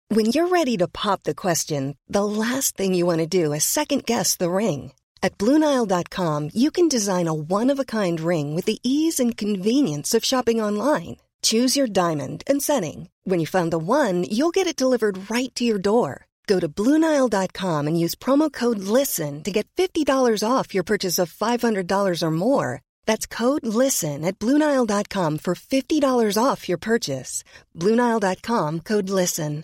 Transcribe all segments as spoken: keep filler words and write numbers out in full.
When you're ready to pop the question, the last thing you want to do is second-guess the ring. At Blue Nile dot com, you can design a one-of-a-kind ring with the ease and convenience of shopping online. Choose your diamond and setting. When you find the one, you'll get it delivered right to your door. Go to Blue Nile dot com and use promo code LISTEN to get fifty dollars off your purchase of five hundred dollars or more. That's code LISTEN at Blue Nile dot com for fifty dollars off your purchase. Blue Nile dot com, code LISTEN.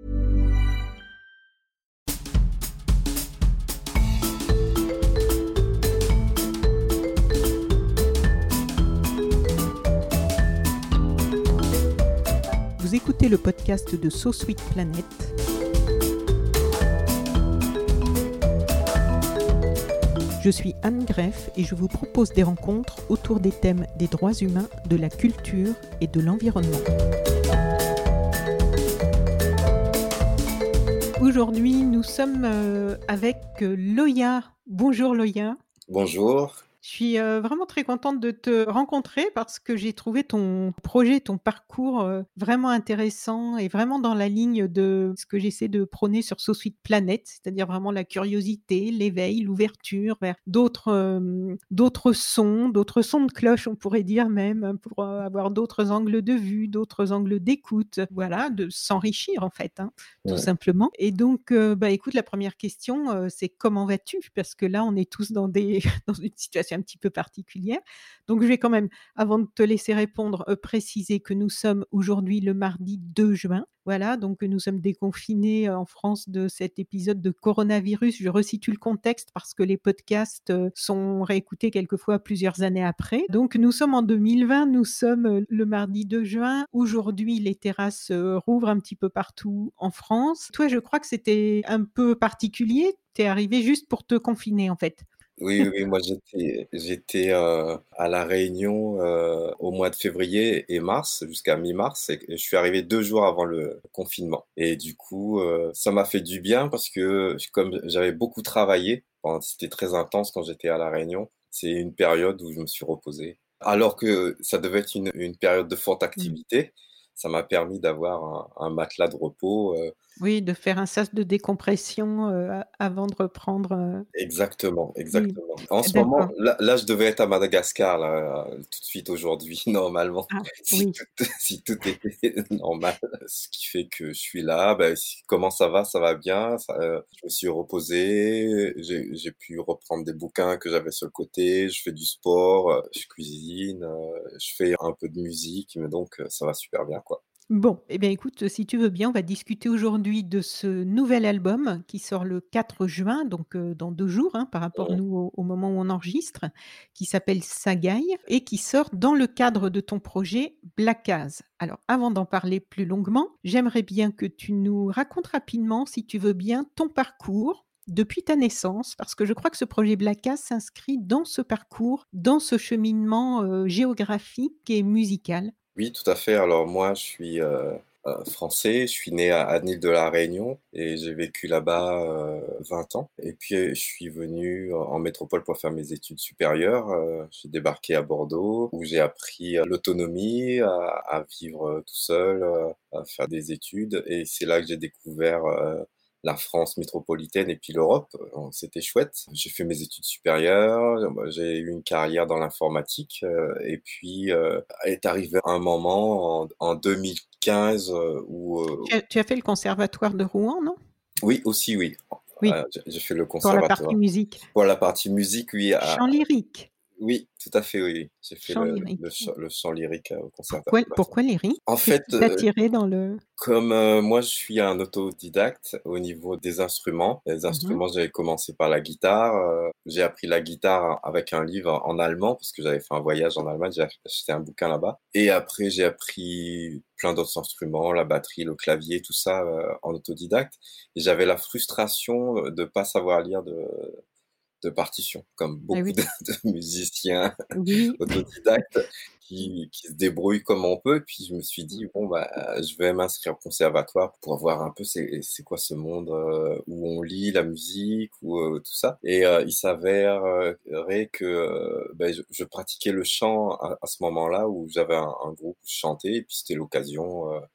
Vous écoutez le podcast de So Sweet Planet. Je suis Anne Greff et je vous propose des rencontres autour des thèmes des droits humains, de la culture et de l'environnement. Aujourd'hui, nous sommes avec Loya. Bonjour Loya. Bonjour. Je suis euh, vraiment très contente de te rencontrer parce que j'ai trouvé ton projet, ton parcours euh, vraiment intéressant et vraiment dans la ligne de ce que j'essaie de prôner sur So Sweet Planet, c'est-à-dire vraiment la curiosité, l'éveil, l'ouverture vers d'autres, euh, d'autres sons, d'autres sons de cloche, on pourrait dire même, pour euh, avoir d'autres angles de vue, d'autres angles d'écoute, voilà, de s'enrichir en fait, hein, tout Ouais. simplement. Et donc, euh, bah, écoute, la première question, euh, c'est comment vas-tu? Parce que là, on est tous dans, des, dans une situation un petit peu particulière. Donc, je vais quand même, avant de te laisser répondre, euh, préciser que nous sommes aujourd'hui le mardi deux juin. Voilà, donc nous sommes déconfinés euh, en France de cet épisode de coronavirus. Je resitue le contexte parce que les podcasts euh, sont réécoutés quelquefois plusieurs années après. Donc, nous sommes en deux mille vingt, nous sommes euh, le mardi deux juin. Aujourd'hui, les terrasses euh, rouvrent un petit peu partout en France. Toi, je crois que c'était un peu particulier. Tu es arrivé juste pour te confiner, en fait. Oui, oui, oui, moi j'étais j'étais euh, à La Réunion euh, au mois de février et mars, jusqu'à mi-mars, et je suis arrivé deux jours avant le confinement. Et du coup, euh, ça m'a fait du bien parce que comme j'avais beaucoup travaillé, bon, c'était très intense quand j'étais à La Réunion, c'est une période où je me suis reposé. Alors que ça devait être une, une période de forte Mm. activité, ça m'a permis d'avoir un, un matelas de repos. euh, Oui, de faire un sas de décompression euh, a- avant de reprendre. euh, Exactement, Oui, exactement. En ce moment, d'accord. là, là, je devais être à Madagascar, là, euh, tout de suite aujourd'hui, normalement, Ah, si oui. tout, si tout était normal. Ce qui fait que je suis là. Ben, si- comment ça va? Ça va bien. Ça, euh, je me suis reposé. J'ai, j'ai pu reprendre des bouquins que j'avais sur le côté. Je fais du sport, euh, je cuisine, euh, je fais un peu de musique, mais donc euh, ça va super bien, quoi. Bon, eh bien écoute, si tu veux bien, on va discuter aujourd'hui de ce nouvel album qui sort le quatre juin, donc euh, dans deux jours, hein, par rapport Mm. nous au, au moment où on enregistre, qui s'appelle Sagaï et qui sort dans le cadre de ton projet Blackaz. Alors, avant d'en parler plus longuement, j'aimerais bien que tu nous racontes rapidement, si tu veux bien, ton parcours depuis ta naissance, parce que je crois que ce projet Blackaz s'inscrit dans ce parcours, dans ce cheminement euh, géographique et musical. Oui, tout à fait. Alors moi, je suis euh, euh, français, je suis né à, à Île de la Réunion et j'ai vécu là-bas euh, vingt ans. Et puis euh, je suis venu en en métropole pour faire mes études supérieures. Euh, j'ai débarqué à Bordeaux où j'ai appris euh, l'autonomie, à, à vivre euh, tout seul, euh, à faire des études. Et c'est là que j'ai découvert euh, la France métropolitaine et puis l'Europe. Euh, C'était chouette. J'ai fait mes études supérieures, j'ai eu une carrière dans l'informatique euh, et puis euh, est arrivé un moment en, en deux mille quinze euh, où euh, Tu as, tu as fait le conservatoire de Rouen, non? oui aussi oui. Oui, Euh, j'ai j'ai fait le pour la partie conservatoire musique. pour la partie musique, oui, à- Chant lyrique. oui, tout à fait, oui, j'ai fait Chant le, le, lyrique. chant, le chant lyrique euh, au conservatoire. Pourquoi, pourquoi lyrique? En Qu'est-ce fait, qui t'a euh, attiré dans le... comme euh, moi je suis un autodidacte au niveau des instruments, les Mhm. instruments j'avais commencé par la guitare, euh, j'ai appris la guitare avec un livre en, en allemand parce que j'avais fait un voyage en Allemagne, j'ai acheté un bouquin là-bas. Et après j'ai appris plein d'autres instruments, la batterie, le clavier, tout ça euh, en autodidacte. Et j'avais la frustration de pas savoir lire de, de partition, comme Ah beaucoup oui, de, de musiciens oui. autodidacte qui, qui se débrouille comme on peut. Et puis je me suis dit, bon, bah, je vais m'inscrire au conservatoire pour voir un peu c'est, c'est quoi ce monde euh, où on lit la musique ou euh, tout ça. Et euh, il s'avérerait que euh, ben, je, je pratiquais le chant à, à ce moment-là où j'avais un, un groupe où je chantais et puis c'était l'occasion euh,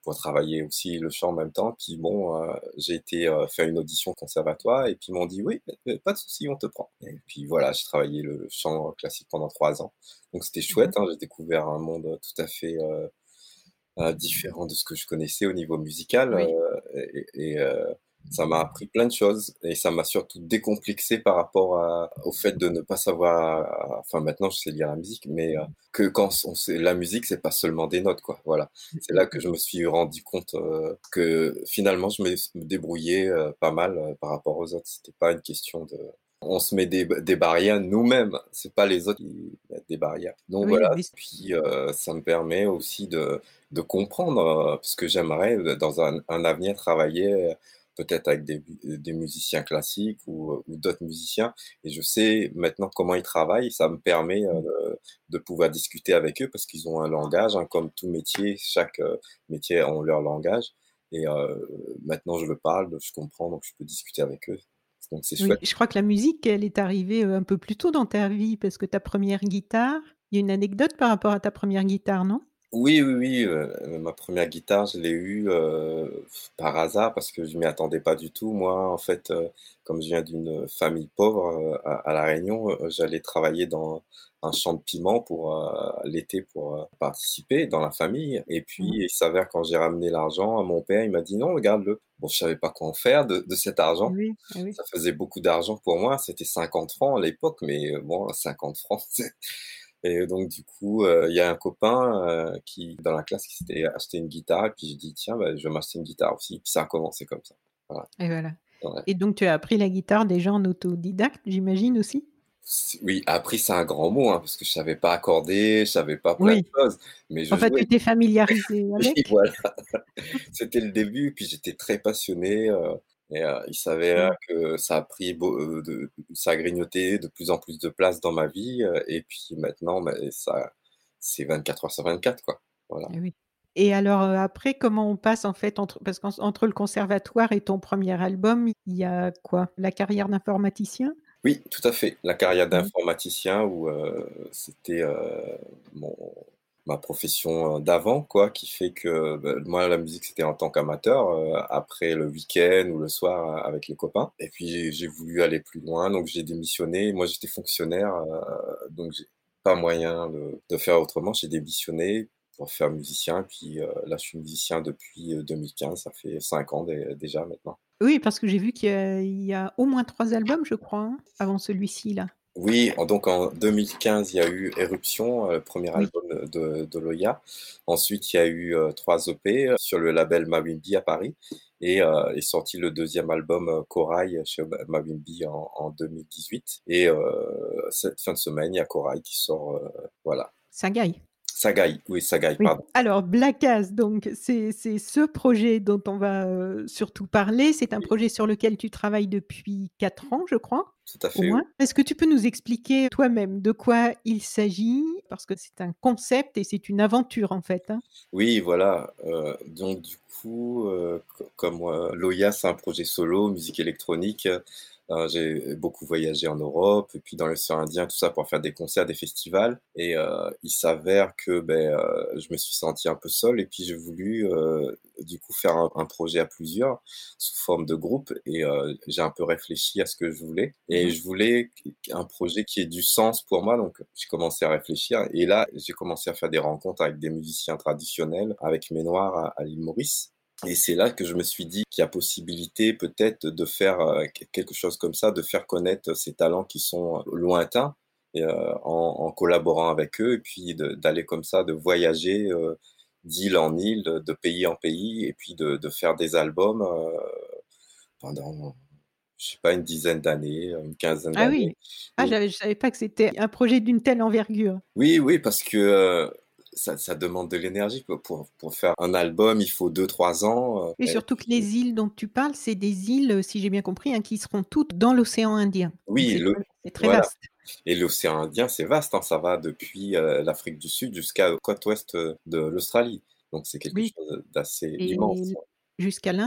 pour travailler aussi le chant en même temps. Puis bon, heu, j'ai été, heu, faire une audition au conservatoire et puis ils m'ont dit: «Oui, heu, pas de souci, on te prend» et puis voilà, j'ai travaillé le chant classique pendant trois ans. Donc c'était Mmh. chouette, hein, j'ai découvert un monde tout à fait, heu heu, différent de ce que je connaissais au niveau musical, Oui. heu et et heu, ça m'a appris plein de choses et ça m'a surtout décomplexé par rapport à au fait de ne pas savoir enfin maintenant je sais lire la musique, mais heu, que quand on sait la musique, c'est pas seulement des notes, quoi, voilà. Mmh C'est mh là que mh. je me suis rendu compte, heu, que finalement je me me débrouillais, heu, pas mal, heu, par rapport aux autres. C'était pas une question de on se met des b des barrières nous-mêmes, c'est pas les autres qui mettent des barrières. Donc Oui, voilà, mais c puis, heu, ça me permet aussi de de comprendre, heu, parce que j'aimerais, heu, dans un un avenir travailler, heu, peut-être avec des mu des musiciens classiques ou, heu, ou d'autres musiciens et je sais maintenant comment ils travaillent. Ça me permet, heu, Mmh. de de pouvoir discuter avec eux parce qu'ils ont un langage, hein, comme tout métier, chaque, heu, métier ont leur langage et heu, maintenant je le parle, je comprends, donc je peux discuter avec eux. Donc c'est Oui, chouette. je crois que la musique, elle est arrivée, heu, un peu plus tôt dans ta vie parce que ta première guitare, il y a une anecdote par rapport à ta première guitare, non? Oui, oui, oui, heu, ma première guitare, je l'ai eue, heu, par hasard parce que je m'y attendais pas du tout. Moi, en fait, heu, comme je viens d'une famille pauvre, heu, à à La Réunion, heu, j'allais travailler dans un champ de piment pour, heu, l'été pour, heu, participer dans la famille et puis Mmh. il s'avère quand j'ai ramené l'argent à mon père, il m'a dit: «Non, garde-le». Bon, je savais pas quoi en faire de de cet Eh argent. oui, eh oui. Ça faisait beaucoup d'argent pour moi, c'était cinquante francs à l'époque, mais heu, bon, cinquante francs, c'est et donc du coup, heu, il y a un copain, heu, qui dans la classe qui s'était acheté une guitare et puis j'ai dit: «Tiens, bah, je vais m'acheter une guitare aussi». Puis ça a commencé comme ça. Voilà, Et voilà. ouais. Et donc tu as appris la guitare déjà en autodidacte, j'imagine aussi? C oui, appris, c'est un grand mot, hein, parce que je savais pas accorder, je savais pas plein de Oui. choses, mais je Enfin, tu jouais. t'es familiarisé Oui, avec? voilà. C'était le début, puis j'étais très passionné, heu et heu, il s'avérait Mmh. que ça a pris beau heu, de ça a grignoté de plus en plus de place dans ma vie, heu et puis maintenant, bah, ça c'est vingt-quatre heures sur vingt-quatre, quoi. Voilà. Eh oui. Et alors, heu, après comment on passe en fait entre parce qu'en entre le conservatoire et ton premier album, il y a quoi? La carrière d'informaticien? Oui, tout à fait. La carrière Mmh. d'informaticien où, heu, c'était, heu, mon ma profession, heu, d'avant quoi, qui fait que, bah, moi la musique c'était en tant qu'amateur, heu, après le week-end ou le soir a avec les copains et puis j'ai j'ai voulu aller plus loin donc j'ai démissionné. Moi j'étais fonctionnaire, heu, donc j'ai pas moyen de de faire autrement. J'ai démissionné pour faire musicien puis, heu, là je suis musicien depuis, heu, deux mille quinze, ça fait cinq ans dé déjà maintenant. Oui, parce que j'ai vu qu'il y a il y a au moins trois albums, je crois, hein, avant celui-ci là? Oui, en donc en deux mille quinze, il y a eu Éruption, heu, premier Oui. album, de de Loya. Ensuite, il y a eu, heu, trois E P, heu, sur le label Mawimbi à Paris et heu, est sorti le deuxième album, heu, Corail chez Ma Mawimbi en en deux mille dix-huit et heu, cette fin de semaine, il y a Corail qui sort, heu, voilà. Sagaï? Sagaï, oui, Sagaï, Oui. pardon. Alors Blackaz, donc c'est c'est ce projet dont on va, heu, surtout parler. C'est un Oui, projet sur lequel tu travailles depuis quatre ans, je crois, tout à au fait, oui. moins. Est-ce que tu peux nous expliquer toi-même de quoi il s'agit? Parce que c'est un concept et c'est une aventure en fait, hein? Oui, voilà, heu, donc du coup, heu, co comme, heu, Loya, c'est un projet solo, musique électronique, heu, j'ai beaucoup voyagé en Europe et puis dans l'océan Indien, tout ça pour faire des concerts, des festivals et heu, il s'avère que, beh, heu, je me suis senti un peu seul et puis j'ai voulu, heu, du coup faire un un projet à plusieurs sous forme de groupe et heu, j'ai un peu réfléchi à ce que je voulais Mmh et mh. je voulais q un projet qui ait du sens pour moi donc j'ai commencé à réfléchir et là, j'ai commencé à faire des rencontres avec des musiciens traditionnels, avec Ménoir à à l'île Maurice et c'est là que je me suis dit qu'il y a possibilité peut-être de faire, heu, qu quelque chose comme ça, de faire connaître ces talents qui sont, heu, lointains et heu, en en collaborant avec eux et puis de d'aller comme ça, de voyager, heu, d'île en île, de de pays en pays et puis de de faire des albums, heu, pendant, je sais pas, une dizaine d'années, heu, une quinzaine Ah oui. d'années Ah, et j'avais je savais pas que c'était un projet d'une telle envergure. oui, oui, parce que, heu, ça ça demande de l'énergie quoi. Pour pour faire un album, il faut deux trois ans, heu Et et surtout que puis les îles dont tu parles, c'est des îles, heu, si j'ai bien compris, hein, qui seront toutes dans l'océan Indien. Donc oui, c'est le très c'est très voilà vaste. et l'océan Indien, c'est vaste, hein, ça va depuis, heu, l'Afrique du Sud jusqu'à la côte ouest, heu, de l'Australie. Donc c'est quelque Oui. chose d'assez Et immense. l jusqu'à l'Inde?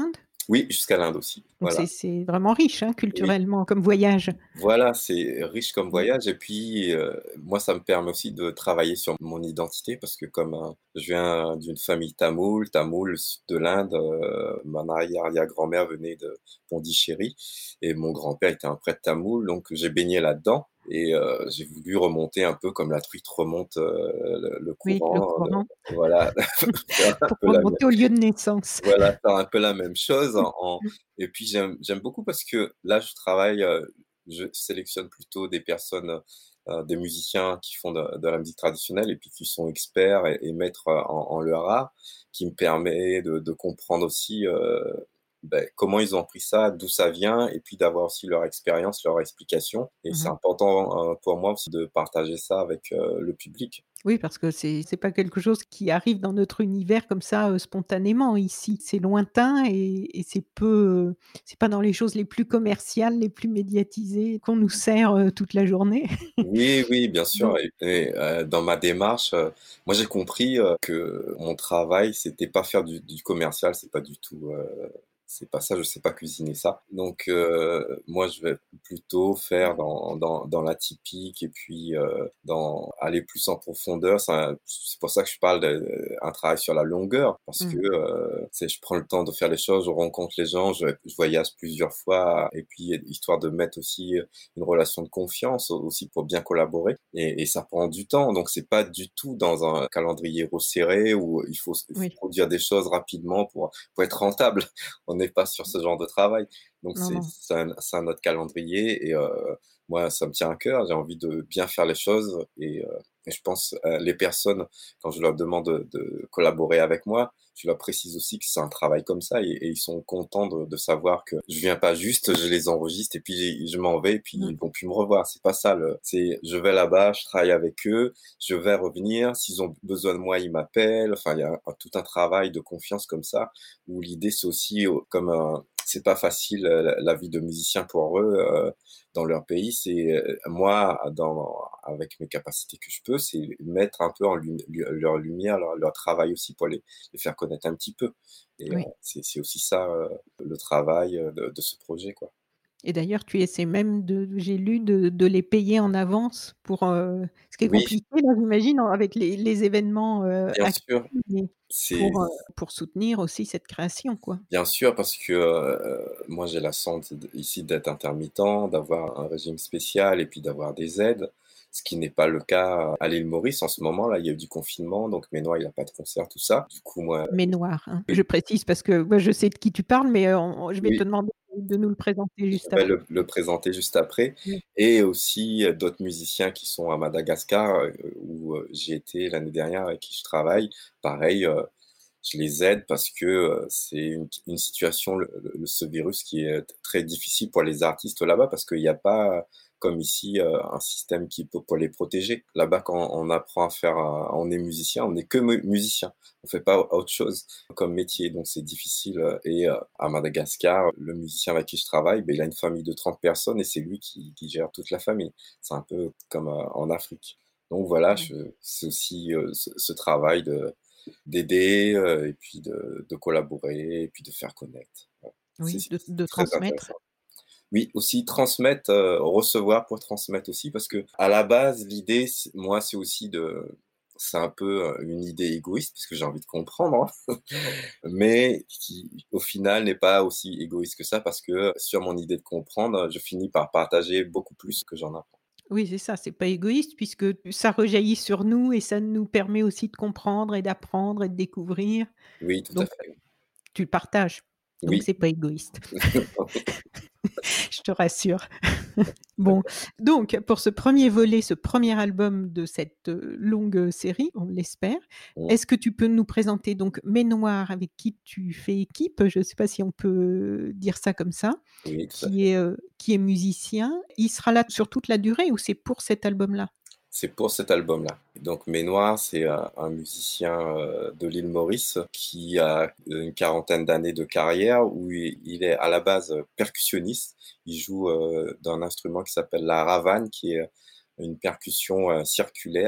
Oui, jusqu'à l'Inde aussi, Donc c'est voilà. c'est vraiment riche, hein, Oui. culturellement comme voyage. Voilà, c'est riche comme Mmh. voyage et puis, heu, moi, ça me permet aussi de travailler sur mon identité parce que comme, heu, je viens d'une famille tamoule, tamoule, sud de l'Inde, heu, mon arrière-arrière-grand-mère venait de Pondichéry et mon grand-père était un prêtre tamoule, donc j'ai baigné là-dedans et heu, j'ai voulu remonter un peu comme la truite remonte, heu, le le Oui, le courant, heu, courant. voilà, faire un Pour peu la même remonter au lieu de naissance. voilà, faire un peu la même chose en en et puis j'aime j'aime beaucoup parce que là, je travaille, heu, je sélectionne plutôt des personnes, heu heu, des musiciens qui font de de la musique traditionnelle et puis qui sont experts et et maîtres, heu, en en leur art, qui me permet de de comprendre aussi, heu, beh, comment ils ont appris ça, d'où ça vient et puis d'avoir aussi leur expérience, leur explication et Mmh c'est mh. important, heu, pour moi aussi de partager ça avec, heu, le public. Oui, parce que c'est c'est pas quelque chose qui arrive dans notre univers comme ça, heu, spontanément ici. C'est lointain et et c'est peu, heu, c'est pas dans les choses les plus commerciales, les plus médiatisées qu'on nous sert, heu, toute la journée. Oui, oui, bien sûr Donc et et heu, dans ma démarche, heu, moi j'ai compris, heu, que mon travail, c'était pas faire du du commercial, c'est pas du tout, heu, c'est pas ça, je sais pas cuisiner ça. Donc heu, moi je vais plutôt faire dans dans dans l'atypique et puis, heu, dans aller plus en profondeur. C'est un c'est pour ça que je parle d'un travail sur la longueur parce que, mmh, heu, tu sais, je prends le temps de faire les choses, je rencontre les gens, je je voyage plusieurs fois et puis histoire de mettre aussi, une relation de confiance aussi pour bien collaborer et, et ça prend du temps. Donc c'est pas du tout dans un calendrier resserré où il faut, il faut oui. produire des choses rapidement pour, pour être rentable. On n'est pas sur ce genre de travail. Donc Non, c'est non. c'est un, c'est un autre calendrier et euh, moi ça me tient à cœur. J'ai envie de bien faire les choses et, euh, et je pense euh, les personnes quand je leur demande de, de collaborer avec moi, je leur précise aussi que c'est un travail comme ça et, et ils sont contents de, de savoir que je viens pas juste, je les enregistre et puis je m'en vais et puis Mmh. ils vont plus me revoir. C'est pas ça. Le, c'est je vais là-bas, je travaille avec eux, je vais revenir. S'ils ont besoin de moi, ils m'appellent. Enfin, il y a un- tout un travail de confiance comme ça où l'idée c'est aussi euh, comme un c'est pas facile euh, la, la vie de musicien pour eux euh, dans leur pays. C'est euh, moi dans avec mes capacités que je peux, c'est mettre un peu en lu- lu- leur lumière, leur, leur travail aussi pour les, les faire connaître un petit peu. Et euh, Oui. c'est c'est aussi ça euh, le travail euh, de, de ce projet, quoi. Et d'ailleurs, tu essaies même de j'ai lu de de les payer en avance pour, heu, ce qui est Oui, compliqué là, j'imagine, en avec les les événements, heu, bien actuels, sûr, mais c'est pour, heu, pour soutenir aussi cette création, quoi. bien sûr parce que euh, moi j'ai la chance d- ici d'être intermittent, d'avoir un régime spécial et puis d'avoir des aides, ce qui n'est pas le cas à l'île Maurice en ce moment. Là, il y a eu du confinement, donc Ménois, il n'a pas de concert, tout ça. Du coup, moi, Mais noir, hein. oui, Je précise parce que, bah, je sais de qui tu parles, mais, heu, on je vais te oui, demander de nous le présenter je juste vais après. le, le présenter juste après. Oui. Et aussi euh, d'autres musiciens qui sont à Madagascar, euh, où euh, j'ai été l'année dernière avec qui je travaille. Pareil, euh, je les aide parce que euh, c'est une, une situation, le, le- ce virus qui est très difficile pour les artistes là-bas parce qu'il n'y a pas, comme ici, euh, un système qui peut pour les protéger. Là-bas, quand on apprend à faire, un- on est musicien, on n'est que mu- musicien. On fait pas autre chose comme métier, donc c'est difficile. euh, Et euh, à Madagascar, le musicien avec qui je travaille, ben, il a une famille de trente personnes et c'est lui qui, qui gère toute la famille. C'est un peu comme euh, en Afrique. Donc voilà, Oui. je- c'est aussi euh, ce, ce travail de d'aider, heu et puis de de collaborer et puis de faire connaître. Ouais. C'est Oui, c'est de de très transmettre. intéressant. Oui, aussi transmettre, heu, recevoir pour transmettre aussi parce que à la base, l'idée, c moi, c'est aussi de c'est un peu, heu, une idée égoïste parce que j'ai envie de comprendre, hein, mais qui, au final, n'est pas aussi égoïste que ça parce que sur mon idée de comprendre, je finis par partager beaucoup plus que j'en apprends. Oui, c'est ça, c'est pas égoïste puisque ça rejaillit sur nous et ça nous permet aussi de comprendre et d'apprendre et de découvrir. Oui, tout à Donc fait. tu le partages, donc Oui, c'est pas égoïste. Je te rassure. Bon, d'accord. donc pour ce premier volet, ce premier album de cette, heu, longue série, on l'espère, Mmh. est-ce que tu peux nous présenter donc Ménoir avec qui tu fais équipe? Je ne sais pas si on peut dire ça comme ça, Oui, tout à qui fait. est, heu, qui est musicien. Il sera là sur toute la durée ou c'est pour cet album-là? C'est pour cet album-là. Donc Ménoir, c'est un, un musicien euh, de l'île Maurice qui a une quarantaine d'années de carrière où il, il est à la base percussionniste. Il joue euh, d'un instrument qui s'appelle la ravane, qui est une percussion euh, circulaire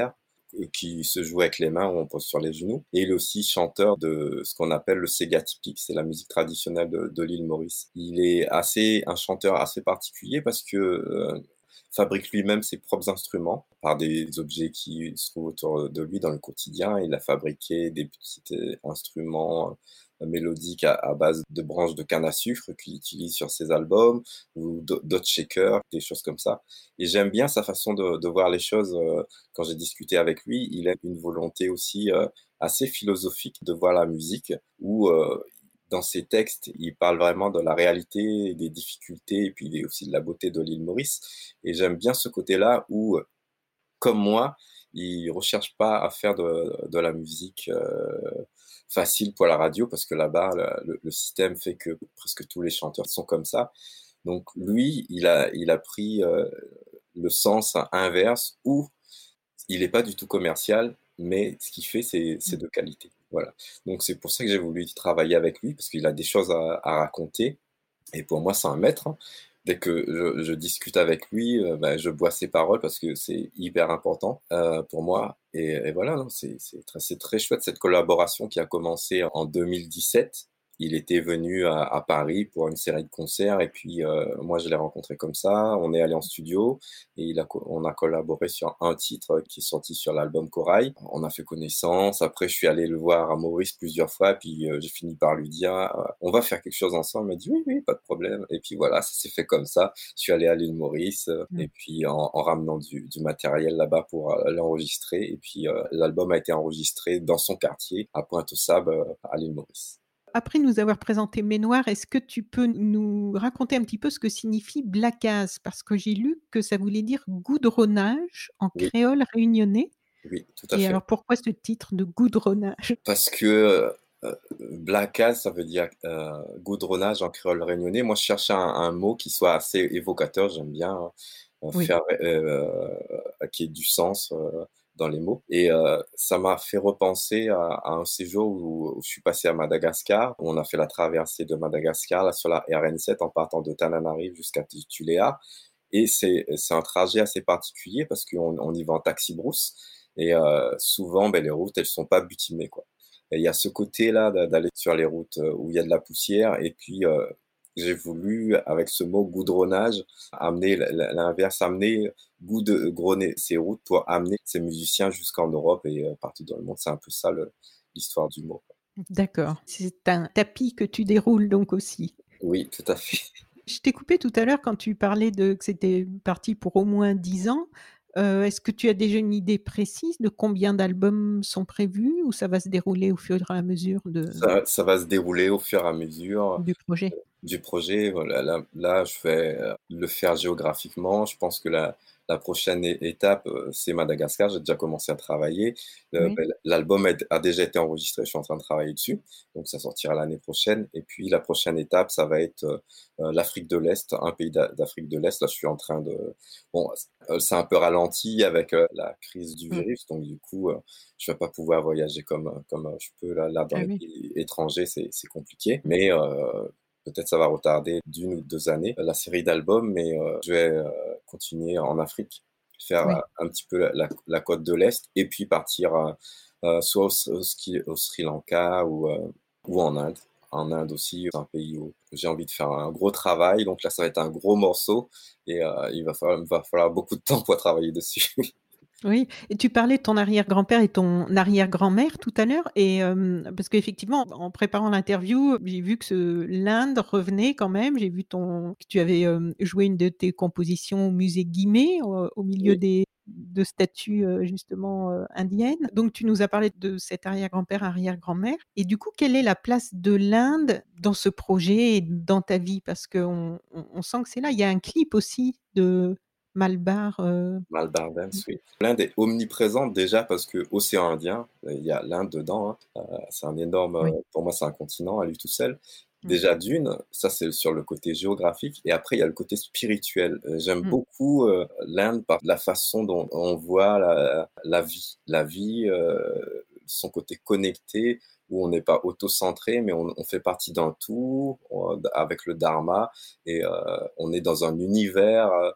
qui se joue avec les mains, où on pose sur les genoux. Et il est aussi chanteur de ce qu'on appelle le Sega typique, c'est la musique traditionnelle de, de l'île Maurice. Il est assez, un chanteur assez particulier parce que euh, fabrique lui-même ses propres instruments par des objets qui se trouvent autour de lui dans le quotidien. Il a fabriqué des petits euh, instruments euh, mélodiques à, à base de branches de canne à sucre qu'il utilise sur ses albums ou d'autres shakers, des choses comme ça. Et j'aime bien sa façon de, de voir les choses. Euh, quand j'ai discuté avec lui, il a une volonté aussi euh, assez philosophique de voir la musique où euh, dans ses textes, il parle vraiment de la réalité, des difficultés et puis aussi de la beauté de l'île Maurice. Et j'aime bien ce côté-là où, comme moi, il recherche pas à faire de, de la musique euh, facile pour la radio parce que là-bas, le, le système fait que presque tous les chanteurs sont comme ça. Donc lui, il a, il a pris euh, le sens inverse où il n'est pas du tout commercial, mais ce qu'il fait, c'est, c'est de qualité. Voilà. Donc c'est pour ça que j'ai voulu travailler avec lui, parce qu'il a des choses à, à raconter. Et pour moi, c'est un maître, hein. Dès que je, je discute avec lui, euh, bah, je bois ses paroles parce que c'est hyper important euh, pour moi. Et, et voilà, non, c'est, c'est, très, c'est très chouette cette collaboration qui a commencé en deux mille dix-sept. Il était venu à, à Paris pour une série de concerts et puis euh, moi je l'ai rencontré comme ça. On est allé en studio et il a, on a collaboré sur un titre qui est sorti sur l'album Corail. On a fait connaissance. Après je suis allé le voir à Maurice plusieurs fois puis euh, j'ai fini par lui dire euh, on va faire quelque chose ensemble. Il m'a dit oui oui pas de problème. Et puis voilà, ça s'est fait comme ça. Je suis allé à l'île Maurice euh, Mmh. et puis en, en ramenant du, du matériel là-bas pour euh, l'enregistrer. Et puis euh, l'album a été enregistré dans son quartier à Pointe-aux-Sables euh, à l'île Maurice. Après nous avoir présenté Ménoir, est-ce que tu peux nous raconter un petit peu ce que signifie blackaze? Parce que j'ai lu que ça voulait dire goudronnage en Oui, créole réunionnais. oui, tout à Et fait. alors pourquoi ce titre de goudronnage? Parce que euh, blackaze, ça veut dire euh, goudronnage en créole réunionnais. Moi, je cherchais un, un mot qui soit assez évocateur. J'aime bien hein, Oui, faire euh, qu'il y ait du sens euh, dans les mots. Et euh, ça m'a fait repenser à, à un séjour où, où je suis passé à Madagascar. On a fait la traversée de Madagascar là, sur la R N sept en partant de Tananarive jusqu'à Tuléar. Et c'est, c'est un trajet assez particulier parce qu'on on y va en taxi-brousse. Et euh, souvent, ben, les routes, elles sont pas bitumées, quoi. Et il y a ce côté-là d'a- d'aller sur les routes euh, où il y a de la poussière. Et puis, euh, j'ai voulu, avec ce mot goudronnage, amener l- l- l'inverse, amener goudronner ces routes pour amener ces musiciens jusqu'en Europe et euh, partout dans le monde. C'est un peu ça le- l'histoire du mot. d'accord. C'est un tapis que tu déroules donc aussi. Oui, tout à fait. Je t'ai coupé tout à l'heure quand tu parlais de que c'était parti pour au moins dix ans. Heu, est-ce que tu as déjà une idée précise de combien d'albums sont prévus ou ça va se dérouler au fur et à mesure de Ça, ça va se dérouler au fur et à mesure du projet? du projet. Voilà, là, là, je vais euh, le faire géographiquement. Je pense que la, la prochaine é- étape, euh, c'est Madagascar. J'ai déjà commencé à travailler. Euh, Oui, ben, l'album a, a déjà été enregistré. Je suis en train de travailler dessus. Donc, ça sortira l'année prochaine. Et puis, la prochaine étape, ça va être euh, euh, l'Afrique de l'Est, un pays d'A- d'Afrique de l'Est. Là, je suis en train de... Bon, euh, c'est un peu ralenti avec euh, la crise du mmh. virus. Donc, du coup, euh, je vais pas pouvoir voyager comme, comme euh, je peux là, là dans Ah les oui, pays étrangers. C'est, c'est compliqué. Mais... Euh, peut-être ça va retarder d'une ou deux années la série d'albums, mais euh, je vais euh, continuer en Afrique, faire euh, oui. un petit peu la, la, la côte de l'Est, et puis partir euh, euh, soit au, au, ski- au Sri Lanka ou, euh, ou en Inde. En Inde aussi, c'est un pays où j'ai envie de faire un gros travail, donc là ça va être un gros morceau, et euh, il va falloir, il va falloir beaucoup de temps pour travailler dessus. Oui et tu parlais de ton arrière-grand-père et ton arrière-grand-mère tout à l'heure et hem, parce qu'effectivement, en préparant l'interview, j'ai vu que ce l'Inde revenait quand même. J'ai vu ton que tu avais, hem, joué une de tes compositions au musée Guimet, au au milieu Oui. des de statues, heu, justement, heu, indiennes. Donc tu nous as parlé de cet arrière-grand-père, arrière-grand-mère et du coup, quelle est la place de l'Inde dans ce projet et dans ta vie? Parce qu'on on on sent que c'est là. Il y a un clip aussi de Malbar, heu Malbar Dance, oui. L'Inde est omniprésente déjà parce que océan Indien, euh, il y a l'Inde dedans, hein. Euh, c'est un énorme, euh, oui. pour moi c'est un continent à lui tout seul. Mmh. Déjà d'une, ça c'est sur le côté géographique, et après il y a le côté spirituel. Euh, j'aime Mmh. beaucoup euh, l'Inde par la façon dont on voit la, la vie, la vie, euh, son côté connecté, où on n'est pas auto-centré, mais on, on fait partie d'un tout on- avec le dharma, et euh, on est dans un univers. euh,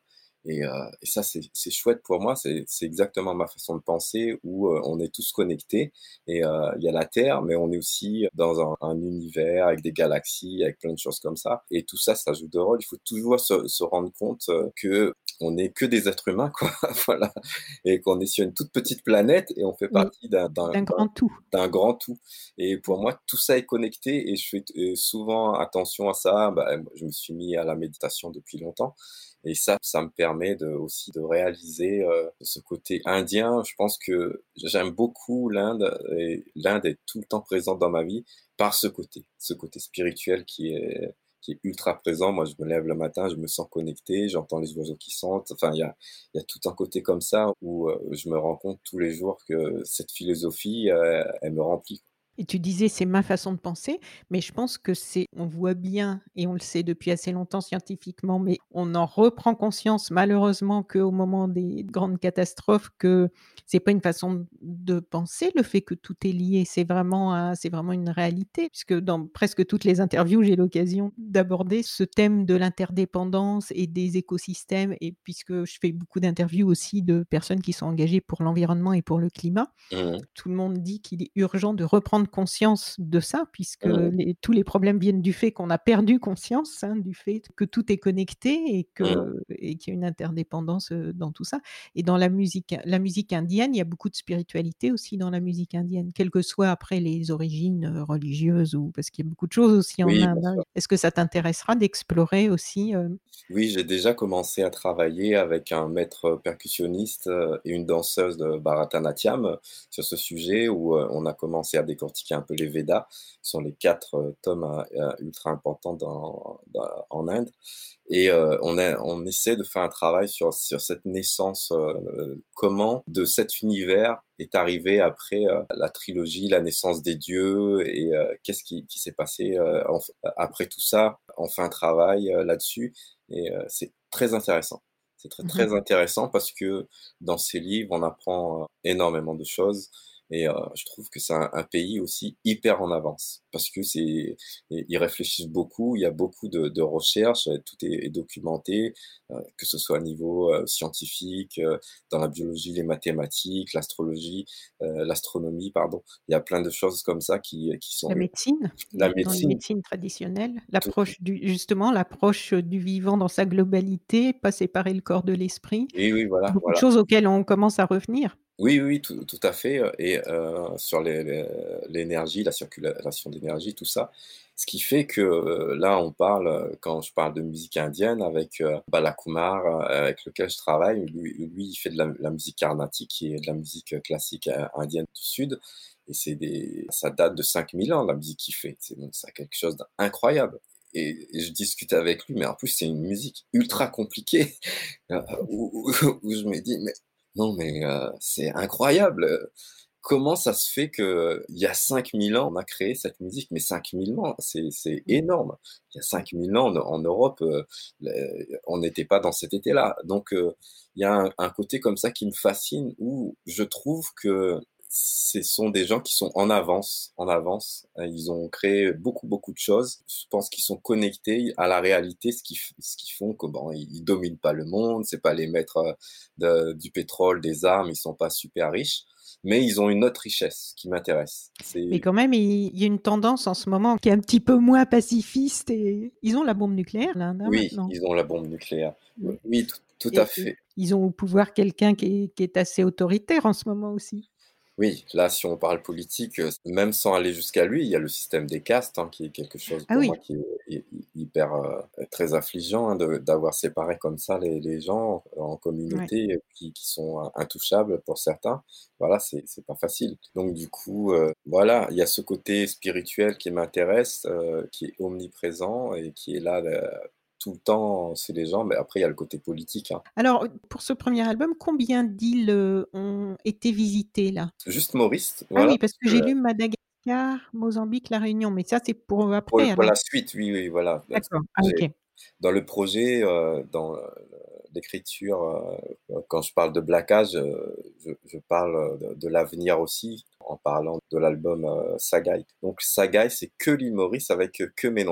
Et, heu, et ça, c'est c'est chouette pour moi, c'est c'est exactement ma façon de penser où, heu, on est tous connectés et heu, il y a la Terre, mais on est aussi dans un un univers avec des galaxies, avec plein de choses comme ça et tout ça, ça joue de rôle. Il faut toujours se se rendre compte, heu, qu'on n'est que des êtres humains, quoi, voilà et qu'on est sur une toute petite planète et on fait Oui, partie d'un d'un d'un d'un grand tout. d'un grand tout et Mmh. pour moi, tout ça est connecté et je fais t heu, souvent attention à ça. Bah, je me suis mis à la méditation depuis longtemps et ça, ça me permet de aussi de réaliser, heu, ce côté indien. Je pense que j'aime beaucoup l'Inde et l'Inde est tout le temps présente dans ma vie par ce côté, ce côté spirituel qui est qui est ultra présent. Moi, je me lève le matin, je me sens connecté, j'entends les oiseaux qui chantent. Enfin, il y a il y a tout un côté comme ça où, heu, je me rends compte tous les jours que cette philosophie, heu, elle me remplit. Et tu disais: «C'est ma façon de penser», mais je pense que c'est on voit bien et on le sait depuis assez longtemps scientifiquement, mais on en reprend conscience malheureusement qu'au moment des grandes catastrophes, que c'est pas une façon de penser, le fait que tout est lié. C'est vraiment un c'est vraiment une réalité puisque dans presque toutes les interviews, j'ai l'occasion d'aborder ce thème de l'interdépendance et des écosystèmes et puisque je fais beaucoup d'interviews aussi de personnes qui sont engagées pour l'environnement et pour le climat. Mmh mh. Tout le monde dit qu'il est urgent de reprendre conscience de ça, puisque Mmh mh. les tous les problèmes viennent du fait qu'on a perdu conscience, hein, du fait que tout est connecté et Mmh. que et qu'il y a une interdépendance, heu, dans tout ça et dans la musique la musique indienne, il y a beaucoup de spiritualité aussi dans la musique indienne, quelles que soient après les origines, heu, religieuses ou parce qu'il y a beaucoup de choses aussi en Oui, bien Inde, hein. sûr. Est-ce que ça t'intéressera d'explorer aussi, heu? Oui, j'ai déjà commencé à travailler avec un maître percussionniste, heu, et une danseuse de Bharatanatyam sur ce sujet où, heu, on a commencé à décortiquer un peu les Védas. Ce sont les quatre heu, tomes, heu heu, ultra importants dans dans en Inde et heu, on a on essaie de faire un travail sur sur cette naissance, heu, comment de cet univers est arrivé après, heu, la trilogie, la naissance des dieux et heu, qu'est-ce qui qui s'est passé, heu, en f après tout ça. On fait un travail, heu, là-dessus et heu, c'est très intéressant. C'est très, Mmh mh. très intéressant parce que dans ces livres, on apprend, heu, énormément de choses et heu, je trouve que c'est un un pays aussi hyper en avance parce que c'est i ils réfléchissent beaucoup, il y a beaucoup de de recherches, heu, tout est est documenté, heu, que ce soit au niveau, heu, scientifique, heu, dans la biologie, les mathématiques, l'astrologie, heu, l'astronomie, pardon. Il y a plein de choses comme ça qui qui La sont médecine, la dans les médecine, médecines traditionnelles, tout l'approche du justement l'approche, heu, du vivant dans sa globalité, pas séparer le corps de l'esprit. oui, oui, voilà, Beaucoup de voilà. choses auxquelles on commence à revenir. Oui, oui, oui, tout tout à fait, heu et heu, sur les les l'énergie, la circulation d'énergie, tout ça. Ce qui fait que, heu, là, on parle, heu, quand je parle de musique indienne avec, heu, Balakumar, heu, avec lequel je travaille, lui lui, il fait de la la musique carnatique, qui est de la musique, heu, classique, heu, indienne du sud et c'est des ça date de cinq mille ans, la musique qu'il fait. C'est donc c'est quelque chose d'incroyable et et je discute avec lui, mais en plus, c'est une musique ultra compliquée, heu, où où où je me dis: «Mais non, mais heu, c'est incroyable, heu, comment ça se fait qu'il y a cinq mille ans, on a créé cette musique?» mais cinq mille ans, c'est c'est Mmh, énorme. Il y a mmh. cinq mille ans en en Europe, heu, le on n'était pas dans cet été-là. Donc heu, il y a un un côté comme ça qui me fascine où je trouve que ce sont des gens qui sont en avance en avance. Heu, ils ont créé beaucoup, beaucoup de choses. Je pense qu'ils sont connectés à la réalité, ce qui f ce qui font que bon, ils ils dominent pas le monde, c'est pas les maîtres, heu, de du pétrole, des armes, ils sont pas super riches, mais ils ont une autre richesse qui m'intéresse. Mais C'est quand même, il il y a une tendance en ce moment qui est un petit peu moins pacifiste et ils ont la bombe nucléaire l'Inde, hein, oui, maintenant. ils ont la bombe nucléaire. Mmh Heu, oui, tout tout à et et fait. ils ont au pouvoir quelqu'un qui est qui est assez autoritaire en ce moment aussi. Oui, là, si on parle politique, heu, même sans aller jusqu'à lui, il y a le système des castes, hein, qui est quelque chose Ah pour moi oui, qui est hy hy hyper, heu, très affligeant, hein, de d'avoir séparé comme ça les les gens en ouais. communautés, heu, qui qui sont in intouchables pour certains. Voilà, c'est c'est pas facile. Donc du coup, heu, voilà, il y a ce côté spirituel qui m'intéresse, heu, qui est omniprésent et qui est là, heu, tout le temps chez les gens, mais après il y a le côté politique, hein. Alors, heu, pour ce premier album, combien d'îles, heu, ont été visitées là? Juste Maurice, Ah voilà, oui, parce parce que que j'ai lu Madagascar, Mozambique, La Réunion, mais ça c'est pour pour le après pour alors? la suite, oui, oui, voilà, bah, D'accord. Ah j'ai OK. dans le projet, heu, dans, heu, l'écriture, heu, quand je parle de Blackage, heu, je je parle, de de l'avenir aussi, en parlant de l'album, heu, Sagaï. Donc Sagaï, c'est que l'île Maurice avec, heu, que mes noirs.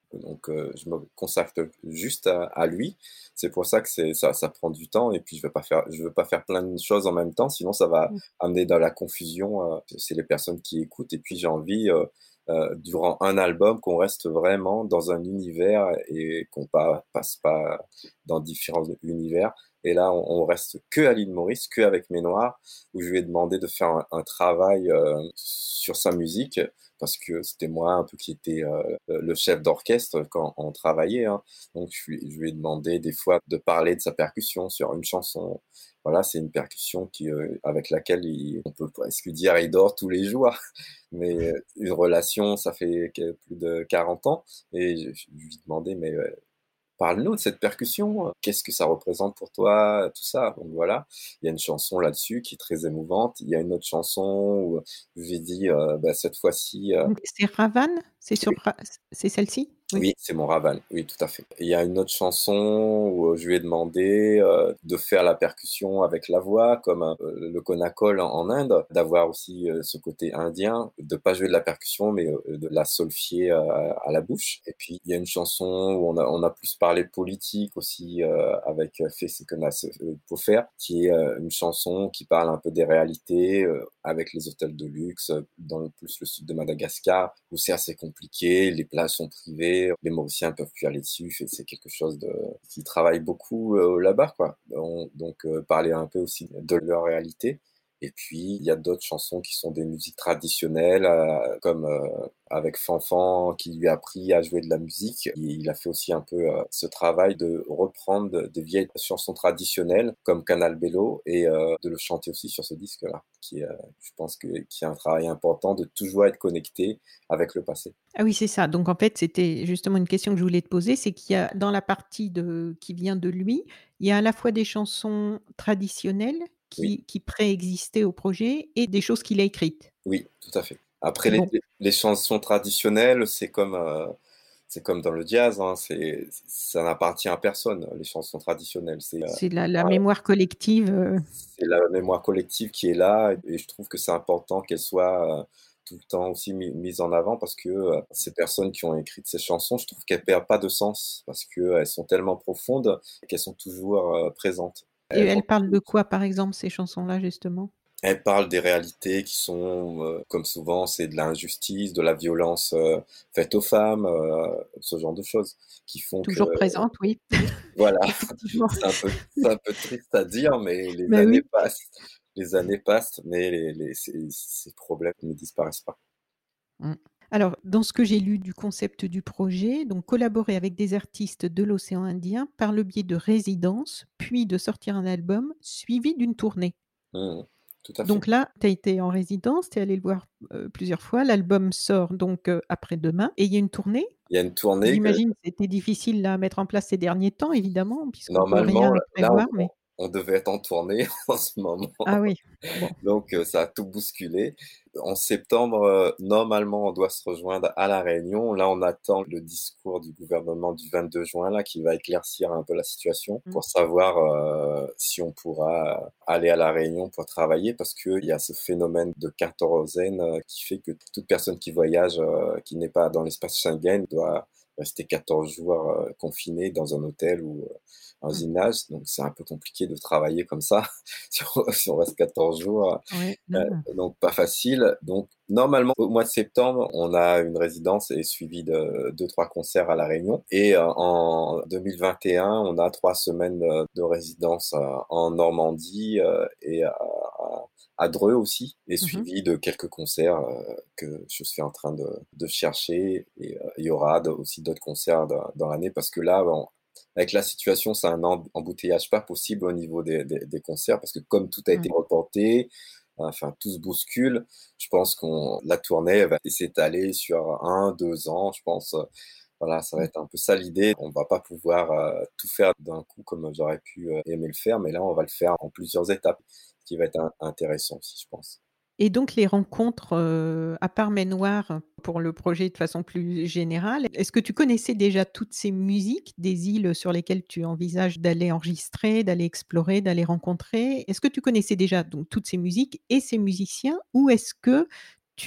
Donc heu, je me consacre juste à à lui. C'est pour ça que c'est ça ça prend du temps et puis je veux pas faire je veux pas faire plein de choses en même temps, sinon ça va Mmh. amener dans la confusion, heu, c'est les personnes qui écoutent et puis j'ai envie, heu heu, durant un album qu'on reste vraiment dans un univers et qu'on pa passe pas dans différents univers et là on on reste qu'à l'île Maurice, qu'avec Ménoir, où je lui ai demandé de faire un un travail, heu, sur sa musique parce que c'était moi un peu qui était, heu, le chef d'orchestre quand on travaillait, hein. Donc je lui je lui ai demandé des fois de parler de sa percussion sur une chanson. Voilà, c'est une percussion qui, heu, avec laquelle il on peut presque dire il dort tous les jours. Mais, heu, une relation, ça fait que plus de quarante ans et je je lui demandais: «Mais, heu, parle-nous de cette percussion, heu, qu'est-ce que ça représente pour toi?» Tout ça, donc voilà. Il y a une chanson là-dessus qui est très émouvante. Il y a une autre chanson où je lui ai dit, heu, bah, cette fois-ci, heu Donc c'est Ravane? C'est sur oui. Ra c'est celle-ci? Oui. Oui, c'est mon Raval, oui, tout à fait. Il y a une autre chanson où, heu, je lui ai demandé, heu, de faire la percussion avec la voix comme, heu, le konakol en en Inde, d'avoir aussi, heu, ce côté indien, de pas jouer de la percussion mais, heu, de la solféger, heu, à la bouche et puis il y a une chanson où on a on a plus parlé politique aussi, heu, avec, heu, Fais ce que nas heu, pour faire, qui est, heu, une chanson qui parle un peu des réalités, heu, avec les hôtels de luxe, heu, dans le plus le sud de Madagascar, où c'est assez compliqué, les plages sont privées, les Mauriciens peuvent plus aller dessus et c'est quelque chose de qui travaille beaucoup, heu, là-bas, quoi. On donc heu, parler un peu aussi de leur réalité et puis il y a d'autres chansons qui sont des musiques traditionnelles, heu, comme, heu, avec Fanfan qui lui a appris à jouer de la musique. Il a fait aussi un peu, heu, ce travail de reprendre de des vieilles chansons traditionnelles comme Canal Bello et heu, de le chanter aussi sur ce disque-là, qui est, heu, je pense que qui est un travail important de toujours être connecté avec le passé. Ah oui, c'est ça. Donc en fait, c'était justement une question que je voulais te poser, c'est qu'il y a dans la partie de qui vient de lui, il y a à la fois des chansons traditionnelles Oui. qui qui préexistaient au projet et des choses qu'il a écrites? Oui, tout à fait. Après les Bon. les les chansons traditionnelles, c'est comme, heu, c'est comme dans le jazz, hein, c'est ç ça n'appartient à personne, les chansons traditionnelles. C'est, heu, C'est la la voilà, mémoire collective, heu c'est la mémoire collective qui est là et je trouve que c'est important qu'elle soit, heu, tout le temps aussi mis mise en avant parce que, heu, ces personnes qui ont écrit ces chansons, je trouve qu'elles perdent pas de sens parce qu'elles sont tellement profondes qu'elles sont toujours, heu, présentes. et Elles elle ont parle de quoi, par exemple, ces chansons-là, justement? Elle parle des réalités qui sont, heu, comme souvent, c'est de l'injustice, de la violence, heu, faite aux femmes, heu, ce genre de choses qui font que Toujours présente, oui, voilà, effectivement. c'est un peu c'est un peu triste à dire, mais les Bah années oui. passent les années passent, mais les les ces ces problèmes ne disparaissent pas. Mmh. Alors, dans ce que j'ai lu du concept du projet, donc collaborer avec des artistes de l'océan Indien par le biais de résidences, puis de sortir un album suivi d'une tournée. Mmh mh. Tout à fait. Donc là, tu as été en résidence, tu es allé le voir, heu, plusieurs fois. L'album sort donc, heu, après-demain et il y a une tournée? Il y a une tournée que J'imagine que c'était difficile là à mettre en place ces derniers temps évidemment, puisqu'on peut normalement, rien là, on prévoir, mais on devait être en tournée en ce moment. ah oui, bon. Donc heu, ça a tout bousculé. En septembre, heu, normalement, on doit se rejoindre à La Réunion. Là, on attend le discours du gouvernement du vingt-deux juin là, qui va éclaircir un peu la situation Mmh. pour savoir, heu, si on pourra aller à La Réunion pour travailler parce qu'il y a ce phénomène de quatorzaine, heu, qui fait que toute personne qui voyage, heu, qui n'est pas dans l'espace Schengen doit rester quatorze jours, heu, confiné dans un hôtel ou, heu, un Mmh. gymnase. Donc c'est un peu compliqué de travailler comme ça si on si on reste quatorze jours. Ouais, Heu, non. donc pas facile. Donc normalement, au mois de septembre, on a une résidence et suivi de deux trois concerts à La Réunion et heu, en deux mille vingt et un, on a trois semaines, heu, de résidence, heu, en Normandie, heu et à à à Dreux aussi et Mmh mh. suivi de quelques concerts, heu, que je suis en train de de chercher et heu, il y aura de aussi d'autres concerts dans dans l'année parce que là, bon, avec la situation, c'est un emb embouteillage pas possible au niveau des des des concerts parce que comme tout a Mmh. été reporté, enfin tout se bouscule. Je pense qu'on la tournée elle va s'étaler sur un, deux ans, je pense, heu, voilà, ça va Mmh. être un peu ça l'idée. On va pas pouvoir, heu, tout faire d'un coup comme j'aurais pu, heu, aimer le faire, mais là, on va le faire en plusieurs étapes, ce qui va être in intéressant aussi, je pense. Et donc les rencontres, heu, à part Maine-Noire, pour le projet de façon plus générale, est-ce que tu connaissais déjà toutes ces musiques des îles sur lesquelles tu envisages d'aller enregistrer, d'aller explorer, d'aller rencontrer? Est-ce que tu connaissais déjà donc toutes ces musiques et ces musiciens? Ou est-ce que tu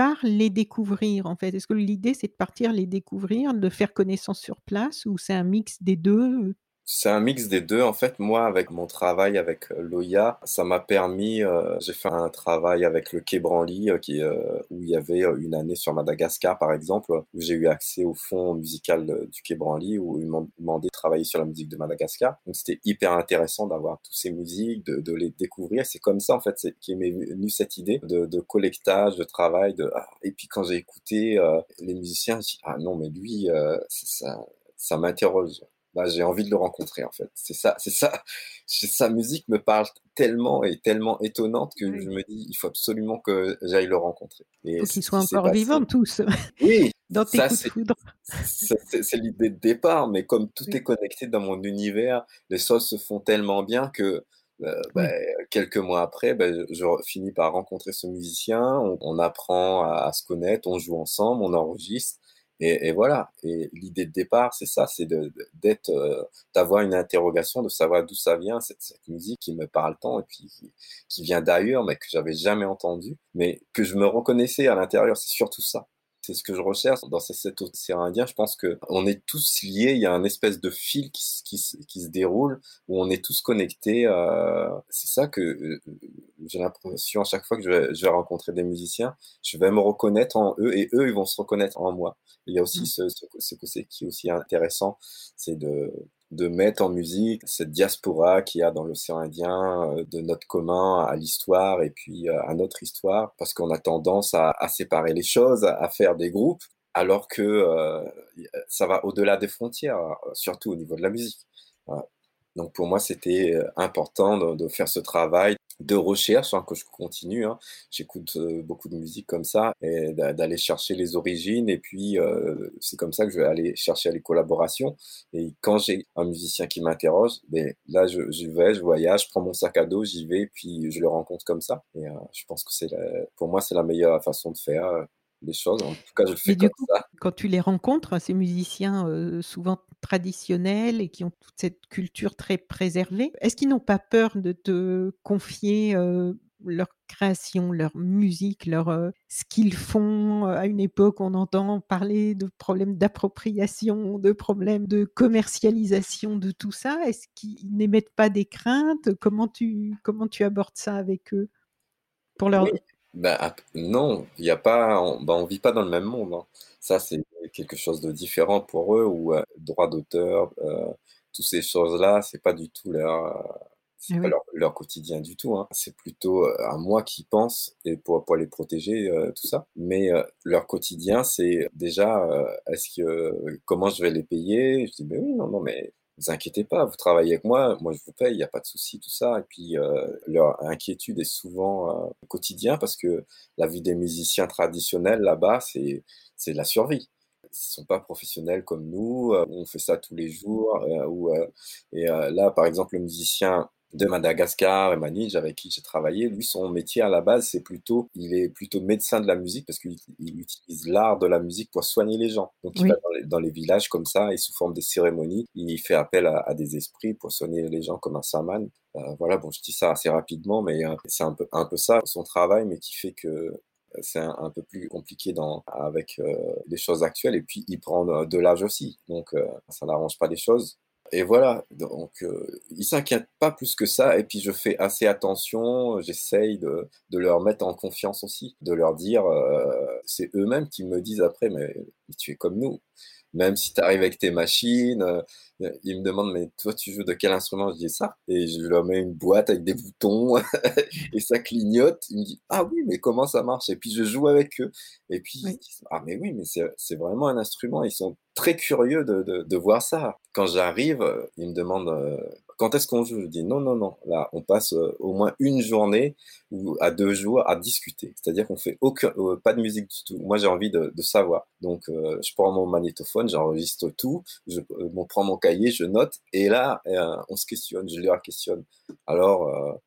pars les découvrir, en fait? Est-ce que l'idée, c'est de partir les découvrir, de faire connaissance sur place ou c'est un mix des deux? C'est un mix des deux. En fait, moi, avec mon travail avec, heu, l'Oya, ça m'a permis, heu j'ai fait un travail avec le Quai Branly, heu, qui, heu, où il y avait, heu, une année sur Madagascar, par exemple, où j'ai eu accès au fonds musical, heu, du Quai Branly, où ils m'ont demandé de travailler sur la musique de Madagascar. Donc c'était hyper intéressant d'avoir tous ces musiques, de de les découvrir. C'est comme ça, en fait, c'est qu'est m'est venue cette idée de de collectage, de travail, de ah et puis quand j'ai écouté, heu, les musiciens, je dis: «Ah non, mais lui, heu, ç ça ça m'interroge». Bah, j'ai envie de le rencontrer, en fait. C'est ça c'est ça. Ch Sa musique me parle tellement et tellement étonnante que je Oui. me dis: «Il faut absolument que j'aille le rencontrer» et Faut qu'ils c'est ce soient qui s'est encore vivants passé. tous, Oui, dans tes ça coups de c'est foudre. c'est c'est c'est l'idée de départ, mais comme tout est Oui. connecté dans mon univers, les choses se font tellement bien que, heu, Oui. beh, quelques mois après, beh, je je re finis par rencontrer ce musicien, on on apprend à à se connaître, on joue ensemble, on enregistre et et voilà et l'idée de départ, c'est ça, c'est de de d'être, heu, d'avoir une interrogation, de savoir d'où ça vient cette cette musique qui me parle tant et puis qui qui vient d'ailleurs, mais que j'avais jamais entendue, mais que je me reconnaissais à l'intérieur, c'est surtout ça. C'est ce que je recherche dans ces cet océan Indien. Je pense qu'on est tous liés, il y a un espèce de fil qui se qui se qui se déroule, où on est tous connectés, heu, c'est ça que, heu heu, j'ai l'impression à chaque fois que je vais je vais rencontrer des musiciens, je vais me reconnaître en eux et eux, ils vont se reconnaître en moi. Il y a aussi Mmh. ce ce ce côté qui est aussi intéressant, c'est de de mettre en musique cette diaspora qu'il y a dans l'océan Indien, heu, de notre commun à l'histoire et puis, heu, à notre histoire. Parce qu'on a tendance à à séparer les choses, à faire des groupes, alors que, heu, y a ça va au-delà des frontières, heu, surtout au niveau de la musique. Voilà. Donc pour moi, c'était, heu, important de de faire ce travail de recherche, hein, que je continue, hein. J'écoute, heu, beaucoup de musique comme ça et d'a d'aller chercher les origines et puis, heu, c'est comme ça que je vais aller chercher les collaborations et quand j'ai un musicien qui m'interroge, beh, là, je j'y vais, je voyage, je prends mon sac à dos, j'y vais, puis je le rencontre comme ça et heu, je pense que c'est la pour moi, c'est la meilleure façon de faire, heu, les choses. En tout cas, je le fais Mais du comme coup, ça. quand tu les rencontres, ces musiciens, heu, souvent traditionnels et qui ont toute cette culture très préservée, est-ce qu'ils n'ont pas peur de te confier, heu, leur création, leur musique, leur, heu, ce qu'ils font? À une époque, on entend parler de problèmes d'appropriation, de problèmes de commercialisation de tout ça. Est-ce qu'ils n'émettent pas des craintes? Comment tu comment tu abordes ça avec eux? Pour Oui, leur bah, ap non, il y a pas on bah, on vit pas dans le même monde, hein. Ça, c'est quelque chose de différent pour eux où, heu, droit d'auteur, heu, toutes ces choses-là, c'est pas du tout leur, heu, c'est eh pas oui. leur leur quotidien du tout, hein. C'est plutôt, heu, à moi qui pense et pour pour les protéger, heu, tout ça. Mais, heu, leur quotidien, c'est déjà, heu, est-ce que comment je vais les payer? Je dis: «Beh, oui, non, non, mais vous inquiétez pas, vous travaillez avec moi, moi je vous paye, il y a pas de souci, tout ça» et puis, heu, leur inquiétude est souvent, heu, quotidien parce que la vie des musiciens traditionnels là-bas, c'est c'est la survie. Ils sont pas professionnels comme nous, heu, on fait ça tous les jours, heu, ou, heu et heu, là, par exemple, le musicien de Madagascar, Emanidj, avec qui j'ai travaillé, lui, son métier à la base, c'est plutôt il est plutôt médecin de la musique parce qu'il il utilise l'art de la musique pour soigner les gens. Donc il va Oui. dans les dans les villages comme ça et sous forme de cérémonies, il fait appel à à des esprits pour soigner les gens comme un chaman. Heu, voilà, bon, je dis ça assez rapidement, mais, heu, c'est un peu un peu ça son travail, mais qui fait que, heu, c'est un un peu plus compliqué dans avec, heu, les choses actuelles et puis il prend de de l'âge aussi, donc, heu, ça n'arrange pas les choses et voilà, donc, heu, ils s'inquiètent pas plus que ça et puis je fais assez attention, j'essaye de de leur mettre en confiance aussi, de leur dire, heu, c'est eux-mêmes qui me disent après: «Mais mais tu es comme nous, même si tu arrives avec tes machines», heu, heu, ils me demandent: «Mais toi, tu joues de quel instrument?» Je dis: «Ça» et je leur mets une boîte avec des boutons et ça clignote. Il me dit: «Ah oui, mais comment ça marche?» et puis je joue avec eux et puis ils se Oui. disent: «Ah mais oui, mais c'est c'est vraiment un instrument». Ils sont très curieux de de de voir ça. Quand j'arrive, heu, ils me demandent, heu: «Quand est-ce qu'on joue?» Je dis: «Non, non, non, là, on passe, heu, au moins une journée ou à deux jours à discuter». C'est-à-dire qu'on fait aucun heu, pas de musique du tout. Moi, j'ai envie de de savoir. Donc, heu, je prends mon magnétophone, j'enregistre tout, je heu, bon, prends mon cahier, je note et là, heu, on se questionne, je leur questionne. Alors, heu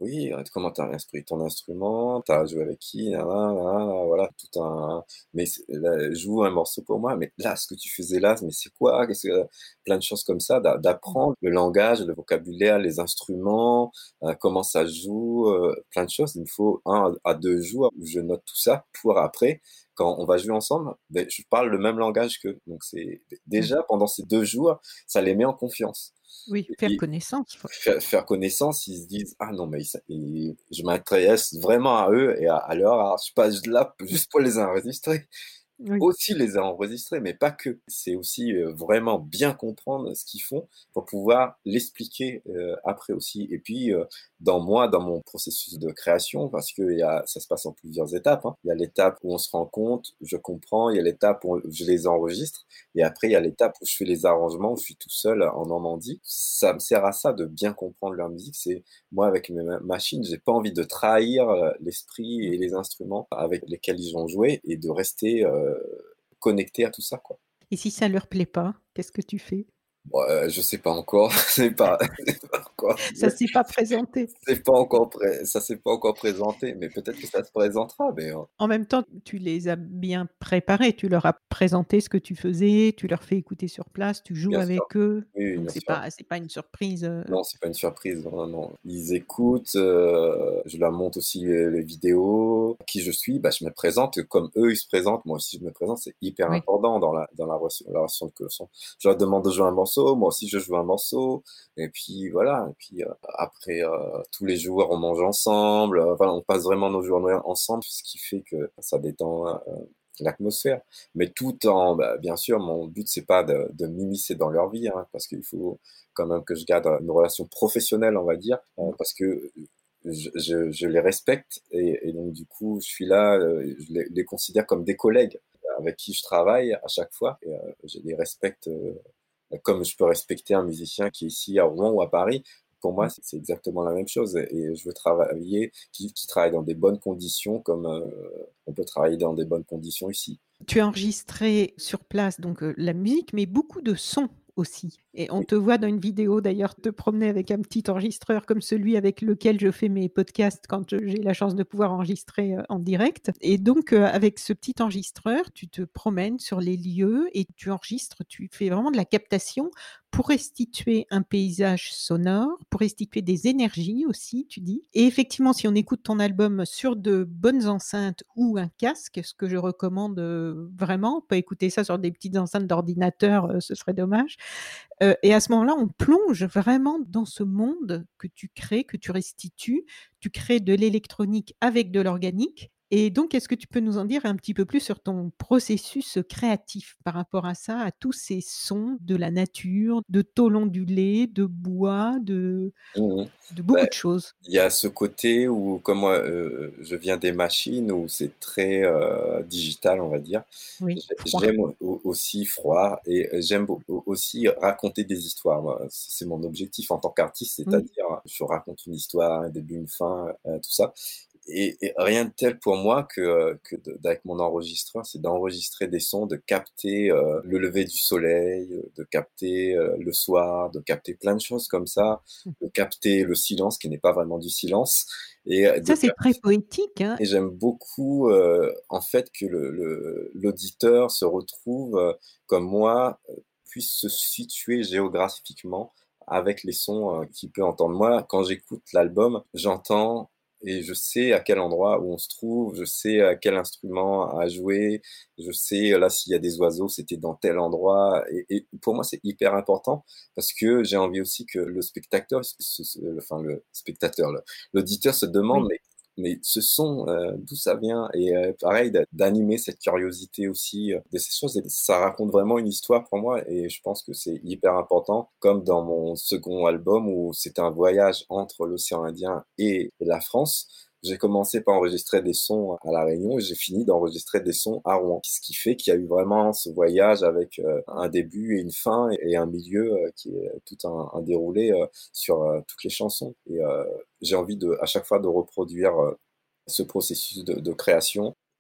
Oui, heu, comment tu as instruit ton instrument? Tu as joué avec qui? Nin nin, nin nin, voilà, tout un mais c'est là, joue un morceau pour moi, mais là, ce que tu faisais là, mais c'est quoi? Qu'est-ce que plein de choses comme ça, d'a Mmh. d'apprendre le langage, le vocabulaire, les instruments, heu, comment ça se joue, heu, plein de choses. Il me faut un à deux jours où je note tout ça pour après, quand on va jouer ensemble, beh, je parle le même langage qu'eux. Donc c'est d Oui. déjà pendant ces deux jours, ça les met en confiance Oui, et faire et connaissance, quoi. faire faire connaissance, ils se disent: «Ah non, mais ça» et je m'intéresse vraiment à eux et à à leur art. Je suis pas j là Mmh. juste pour les enregistrer. Oui. Aussi les enregistrer, mais pas que. C'est aussi, heu, vraiment bien comprendre ce qu'ils font pour pouvoir l'expliquer, heu, après aussi et puis, heu, dans moi, dans mon processus de création, parce qu'il y a ça se passe en plusieurs étapes, hein. Il y a l'étape où on se rend compte, je comprends, il y a l'étape où je les enregistre et après il y a l'étape où je fais les arrangements, où je suis tout seul en Normandie. Ça me sert à ça de bien comprendre leur musique. C'est moi avec mes ma machines, j'ai pas envie de trahir, heu, l'esprit Mmh. et les instruments avec lesquels ils ont joué et de rester, heu, connecté à tout ça, quoi. Et si ça leur plaît pas, qu'est-ce que tu fais? Bon, heu, je sais pas encore, c'est pas c'est pas encore Ça s'est pas présenté. c'est pas encore pré ça s'est pas encore présenté, mais peut-être que ça se présentera, mais, heu, En même temps, tu les as bien préparés, tu leur as présenté ce que tu faisais, tu leur fais écouter sur place, tu joues bien sûr. avec eux, Oui, oui, donc bien c'est sûr. pas c'est pas une surprise, heu Non, c'est pas une surprise, non, non. Ils écoutent, heu, je leur montre aussi les les vidéos, qui je suis, bah, je me présente comme eux, ils se présentent, moi aussi je me présente, c'est hyper oui. important dans la dans la relation la relation de colocation. Je leur demande de jouer un morceau, moi aussi je joue un morceau et puis voilà et puis, heu, après, heu, tous les jours on mange ensemble, heu, enfin on passe vraiment nos journées ensemble, ce qui fait que ça détend, heu, l'atmosphère. Mais tout en bah, bien sûr, mon but c'est pas de de m'immiscer dans leur vie, hein, parce qu'il faut quand même que je garde une relation professionnelle, on va dire, heu, Mmh. parce que je je je les respecte et et donc du coup, je suis là, heu, je les les considère comme des collègues avec qui je travaille à chaque fois et heu, je les respecte, heu, comme je peux respecter un musicien qui est ici à Rouen ou à Paris. Pour moi, Mmh. c'est c'est exactement la même chose et je veux travailler qui qui travaille dans des bonnes conditions comme, heu, on peut travailler dans des bonnes conditions ici. Tu as enregistré sur place donc, heu, la musique, mais beaucoup de sons aussi et on Oui. te voit dans une vidéo d'ailleurs te promener avec un petit enregistreur comme celui avec lequel je fais mes podcasts quand, heu, j'ai la chance de pouvoir enregistrer, heu, en direct et donc, heu, avec ce petit enregistreur, tu te promènes sur les lieux et tu enregistres, tu fais vraiment de la captation pour restituer un paysage sonore, pour restituer des énergies aussi, tu dis et effectivement, si on écoute ton album sur de bonnes enceintes ou un casque, ce que je recommande, heu, vraiment, pas écouter ça sur des petites enceintes d'ordinateur, heu, ce serait dommage, heu et à ce moment-là, on plonge vraiment dans ce monde que tu crées, que tu restitues. Tu crées de l'électronique avec de l'organique et donc est-ce que tu peux nous en dire un petit peu plus sur ton processus, créatif par rapport à ça, à tous ces sons de la nature, de tôle ondulée, de bois, de Mmh mh. de Bah, beaucoup de choses? il y a ce côté où comme moi, heu, je viens des machines où c'est très, heu, digital, on va dire. Oui, J'ai froid. j'aime au aussi froid et j'aime beau au aussi raconter des histoires, moi. C'est mon objectif en tant qu'artiste, Oui. c'est-à-dire je raconte une histoire, un début, une fin, heu, tout ça et et rien de tel pour moi que, heu, que de d'avec mon enregistreur, c'est d'enregistrer des sons, de capter, heu, le lever du soleil, heu, de capter, heu, le soir, de capter plein de choses comme ça, Mmh. de capter le silence qui n'est pas vraiment du silence et heu, de Ça, c'est cap très poétique, hein? et j'aime beaucoup, heu, en fait que le le l'auditeur se retrouve, heu, comme moi, heu, puisse se situer géographiquement avec les sons, heu, qu'il peut entendre. Moi, quand j'écoute l'album, j'entends et je sais à quel endroit où on se trouve, je sais à quel instrument à jouer, je sais, là, s'il y a des oiseaux, c'était dans tel endroit et et pour moi, c'est hyper important parce que j'ai envie aussi que le spectateur se se se enfin le spectateur, le l'auditeur se demande: Oui. «Mais mais ce son, heu, d'où ça vient?» et heu, pareil d'a d'animer cette curiosité aussi, heu, de ces choses et ça raconte vraiment une histoire pour moi et je pense que c'est hyper important, comme dans mon second album où c'était un voyage entre l'océan Indien et la France. J'ai commencé par enregistrer des sons à La Réunion et j'ai fini d'enregistrer des sons à Rouen. Ce qui fait qu'il y a eu vraiment ce voyage avec, heu, un début et une fin et un milieu, heu, qui est tout un un déroulé, heu, sur, heu, toutes les chansons et heu, j'ai envie de à chaque fois de reproduire, heu, ce processus de de création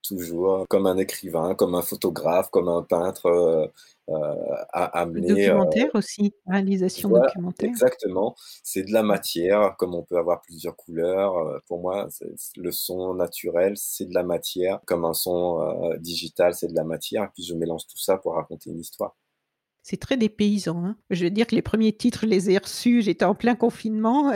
toujours comme un écrivain, comme un photographe, comme un peintre, heu heu, a Le amené, heu documentaire aussi, réalisation voilà, documentaire. exactement. C'est de la Mmh. matière, comme on peut avoir plusieurs couleurs, heu, pour moi, c'est c le son naturel, c'est de la matière, comme un son, heu, digital, c'est de la matière et puis je mélange tout ça pour raconter une histoire. C'est très dépaysant, hein. Je veux dire que les premiers titres, je les ai reçus, j'étais en plein confinement,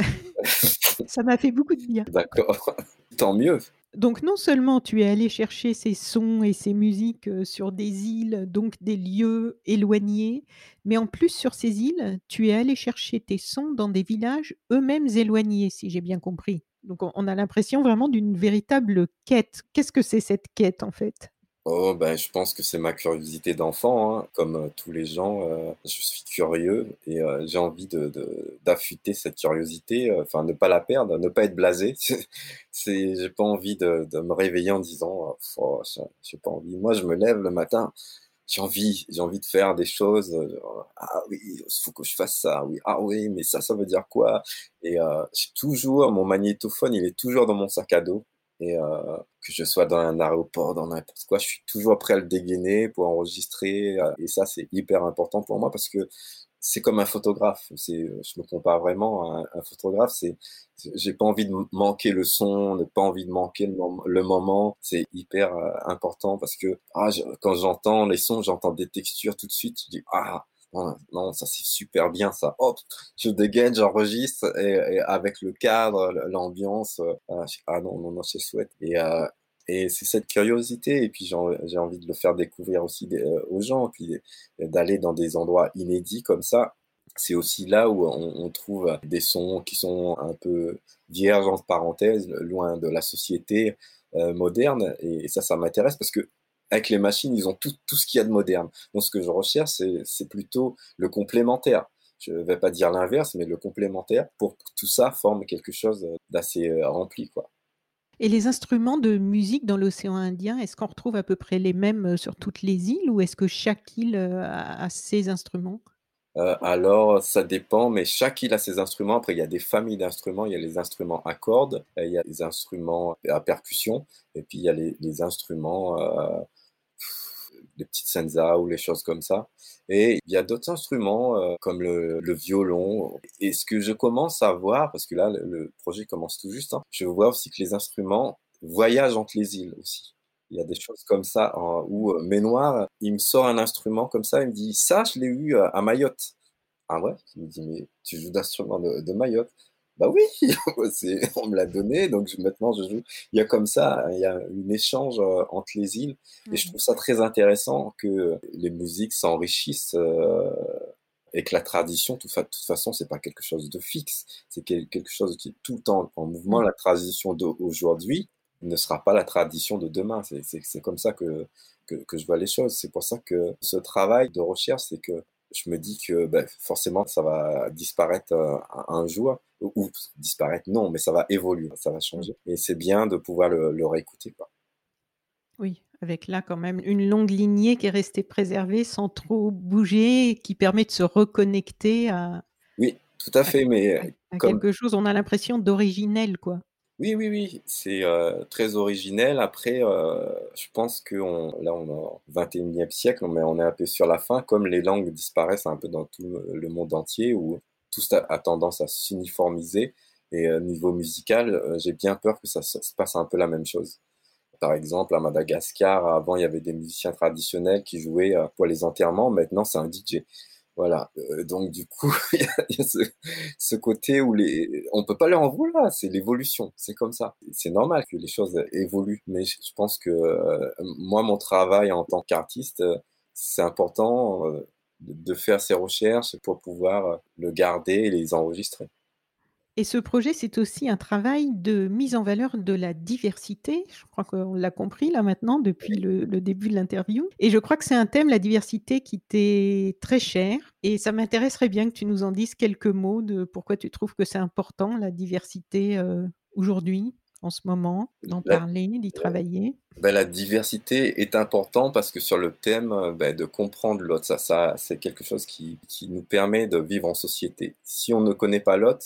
ça m'a fait beaucoup de bien. D'accord, tant mieux. Donc non seulement tu es allé chercher ces sons et ces musiques, heu, sur des îles, donc des lieux éloignés, mais en plus sur ces îles, tu es allé chercher tes sons dans des villages eux-mêmes éloignés, si j'ai bien compris. Donc on on a l'impression vraiment d'une véritable quête. Qu'est-ce que c'est cette quête en fait? Oh ben, je pense que c'est ma curiosité d'enfant, hein. Comme, heu, tous les gens, heu, je suis curieux et heu, j'ai envie de de d'affûter cette curiosité, heu, enfin ne pas la perdre, ne pas être blasé. C'est c'est j'ai pas envie de de me réveiller en disant: «Oh ça j'ai pas envie». Moi, je me lève le matin, j'ai envie j'ai envie de faire des choses, heu, «Ah oui, il faut que je fasse ça, oui, ah oui, mais ça, ça veut dire quoi?» et heu, j'ai toujours mon magnétophone, il est toujours dans mon sac à dos et heu, que je sois dans un aéroport, dans n'importe quoi, je suis toujours prêt à le dégainer pour enregistrer, heu et ça, c'est hyper important pour moi parce que c'est comme un photographe. C'est, heu, je me compare vraiment à un un photographe, c'est c'est j'ai pas envie de m manquer le son, ne pas envie de manquer le mom le moment. C'est hyper, heu, important parce que, ah je quand j'entends les sons, j'entends des textures tout de suite, je dis: «Ah non, non, ça c'est super bien ça». Hop, je dégaine, j'enregistre et et avec le cadre, l l'ambiance, heu, ah j ah non, non, non, c'est chouette et heu et c'est cette curiosité et puis j'ai en j'ai envie de le faire découvrir aussi des heu, aux gens, puis d'aller dans des endroits inédits comme ça. C'est aussi là où on on trouve des sons qui sont un peu «vierges» entre parenthèses, loin de la société, heu, moderne et ça, ça m'intéresse parce qu'avec les machines, ils ont tout tout ce qu'il y a de moderne. Donc ce que je recherche, c'est c'est plutôt le complémentaire. Je vais pas dire l'inverse, mais le complémentaire pour que tout ça forme quelque chose, d'assez, heu, rempli, quoi. Et les instruments de musique dans l'océan Indien, est-ce qu'on retrouve à peu près les mêmes, heu, sur toutes les îles ou est-ce que chaque île, heu, a a ses instruments? Heu, alors ça dépend, mais chaque île a ses instruments. Après, il y a des familles d'instruments. Il y a les instruments à cordes, et il y a les instruments à percussion et puis il y a les les instruments, heu, les petites senzas ou les choses comme ça et il y a d'autres instruments, heu, comme le le violon et ce que je commence à voir, parce que là, le le projet commence tout juste, hein, je vois aussi que les instruments voyagent entre les îles aussi. Il y a des choses comme ça en où, heu, Mémoire, il me sort un instrument comme ça, il me dit: «Ça, je l'ai eu, heu, à Mayotte». Ah ouais? Je me dis: «Mais tu joues d'instrument de de Mayotte?» «Bah oui, c'est on me l'a donné donc je maintenant je joue». Il y a comme ça, il y a un échange, heu, entre les îles et Mmh je mh. trouve ça très intéressant que les musiques s'enrichissent, heu et que la tradition, toute fa toute façon, c'est pas quelque chose de fixe. C'est quel quelque chose qui est tout le temps en mouvement. Mmh. La tradition d'aujourd'hui ne sera pas la tradition de demain. C'est c'est c'est comme ça que que que je vois les choses. C'est pour ça que ce travail de recherche, c'est que je me dis que, bah, forcément, ça va disparaître, heu, un un jour ou ou disparaître, non, mais ça va évoluer, ça va Mmh. changer et c'est bien de pouvoir le le réécouter, quoi. Oui, avec là quand même une longue lignée qui est restée préservée sans trop bouger et qui permet de se reconnecter à Oui, tout à à fait, mais à à comme quelque chose, on a l'impression d'originel, quoi. oui, oui, oui, c'est, heu, très originel. Après, heu, je pense qu'on là, on est au vingt et unième siècle, mais on est un peu sur la fin, comme les langues disparaissent un peu dans tout le le monde entier, où tout ça a tendance à s'uniformiser et heu, niveau musical, heu, j'ai bien peur que ça se se passe un peu la même chose. Par exemple, à Madagascar, avant, il y avait des musiciens traditionnels qui jouaient, heu, pour les enterrements. Maintenant, c'est un D J. Voilà, heu, donc du coup, il y a il y a ce ce côté où les on peut pas leur en vouloir, c'est l'évolution, c'est comme ça. C'est normal que les choses évoluent, mais je je pense que, heu, moi, mon travail en tant qu'artiste, heu, c'est important, heu, de de faire ces recherches pour pouvoir, heu, le garder et les enregistrer. Et ce projet, c'est aussi un travail de mise en valeur de la diversité. Je crois qu'on l'a compris là maintenant depuis le le début de l'interview et je crois que c'est un thème, la diversité, qui t'est très cher et ça m'intéresserait bien que tu nous en dises quelques mots de pourquoi tu trouves que c'est important la diversité, heu, aujourd'hui, en ce moment, d'en La parler, d'y travailler? Bah, la diversité est important parce que sur le thème, heu, bah, de comprendre l'autre, ça ça c'est quelque chose qui qui nous permet de vivre en société. Si on ne connaît pas l'autre,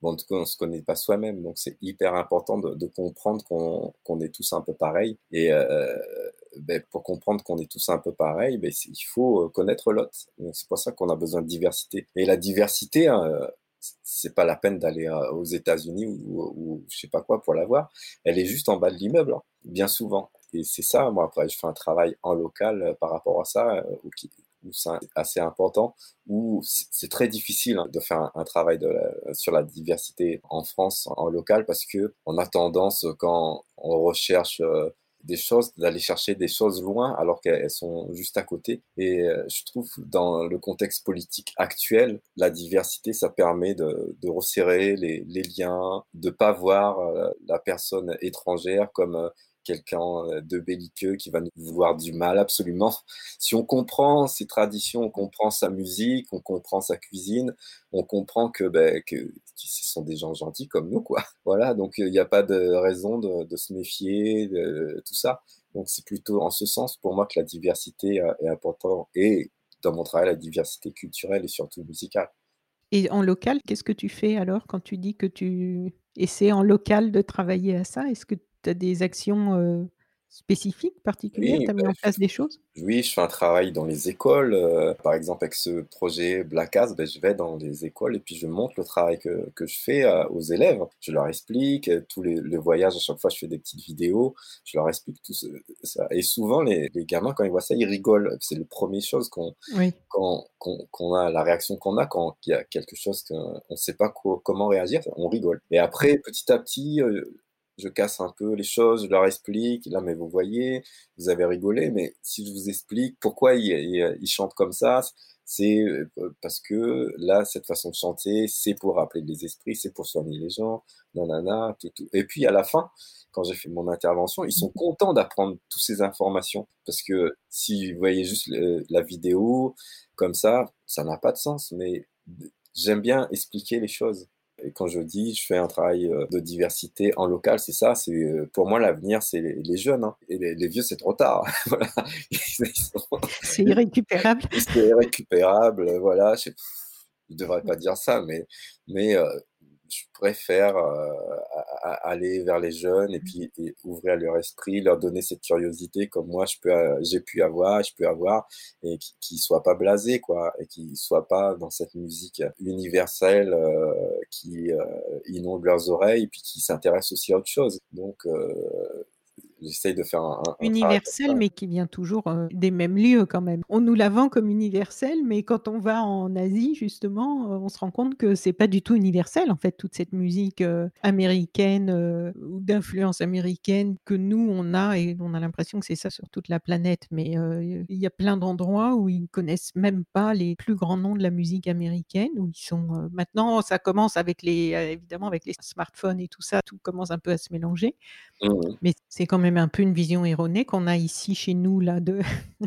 mais en tout cas, on se connaît pas soi-même. Donc c'est hyper important de de comprendre qu'on qu'on est tous un peu pareils et heu, beh, pour comprendre qu'on est tous un peu pareils, beh, c'est il faut, heu, connaître l'autre. Donc c'est pour ça qu'on a besoin de diversité et la diversité, heu, c c'est pas la peine d'aller, heu, aux États-Unis ou ou je sais pas quoi pour l'avoir. Elle est juste en bas de l'immeuble, hein, bien souvent et c'est ça, moi, après je fais un travail en local, heu, par rapport à ça, heu, ou qui où c'est assez important, où c'est c'est très difficile, hein, de faire un un travail de la sur la diversité en France, en local, parce qu'on a tendance, quand on recherche, heu, des choses, d'aller chercher des choses loin alors qu'elles sont juste à côté et heu, je trouve dans le contexte politique actuel, la diversité, ça permet de de resserrer les les liens, de pas voir, heu, la personne étrangère comme, heu, quelqu'un, heu, de belliqueux qui va nous vouloir du mal absolument. Si on comprend ses traditions, on comprend sa musique, on comprend sa cuisine, on comprend que, beh, que que ce sont des gens gentils comme nous, quoi. Voilà, donc il y a pas de raison de de se méfier de tout ça. Donc c'est plutôt en ce sens pour moi que la diversité, heu, est important et dans mon travail, la diversité culturelle et surtout musicale. Et en local, qu'est-ce que tu fais alors quand tu dis que tu essaies en local de travailler à ça? Est-ce que tu as des actions, heu, spécifiques, particulières? Oui, Tu as mis bah, en je place des choses? oui, je fais un travail dans les écoles, heu, par exemple avec ce projet Blacas, beh, je vais dans les écoles et puis je montre le travail que que je fais, heu, aux élèves. Je leur explique, heu, tous les le voyage, à chaque fois je fais des petites vidéos, je leur explique tout ce ça et souvent les les gamins quand ils voient ça, ils rigolent. C'est le premier chose qu'on Oui. qu'on qu'on qu'on a la réaction qu'on a quand il y a quelque chose qu'on ne sait pas co comment réagir, on rigole et après petit à petit, heu, je casse un peu les choses, je leur explique: «Là, mais vous voyez, vous avez rigolé, mais si je vous explique pourquoi ils ils ils chantent comme ça, c'est, heu, parce que là, cette façon de chanter, c'est pour rappeler les esprits, c'est pour soigner les gens, nanana, tout, tout» et puis à la fin, quand j'ai fait mon intervention, ils Mmh sont mh. contents d'apprendre toutes ces informations parce que s'ils voyaient juste le la vidéo comme ça, ça n'a pas de sens, mais d j'aime bien expliquer les choses et quand je dis: «Je fais un travail, heu, de diversité en local», c'est ça, c'est, heu, pour moi l'avenir, c'est les les jeunes, hein et les les vieux, c'est trop tard. Voilà, ils ils sont C'est irrécupérable. c'est irrécupérable, heu, voilà, je je devrais pas dire ça, mais mais heu, je préfère, heu, a a aller vers les jeunes et puis et ouvrir leur esprit, leur donner cette curiosité comme moi je peux, heu, j'ai pu avoir, je peux avoir et qui qu'ils soient pas blasés, quoi et qu'ils soient pas dans cette musique universelle, heu, qui, heu, inonde leurs oreilles et puis qui s'intéressent aussi à autre chose. Donc heu, j'essaye de faire un un un travail comme Universel, ça. mais qui vient toujours, heu, des mêmes lieux quand même. On nous la vend comme universelle, mais quand on va en Asie justement, heu, on se rend compte que c'est pas du tout universel en fait, toute cette musique, heu, américaine, heu, ou d'influence américaine que nous on a et on a l'impression que c'est ça sur toute la planète. Mais, heu, il y a plein d'endroits où ils connaissent même pas les plus grands noms de la musique américaine, où ils sont, heu maintenant ça commence avec les, heu, évidemment avec les smartphones et tout ça, tout commence un peu à se mélanger. Mmh mh. Mais c'est quand même un peu une vision erronée qu'on a ici chez nous là de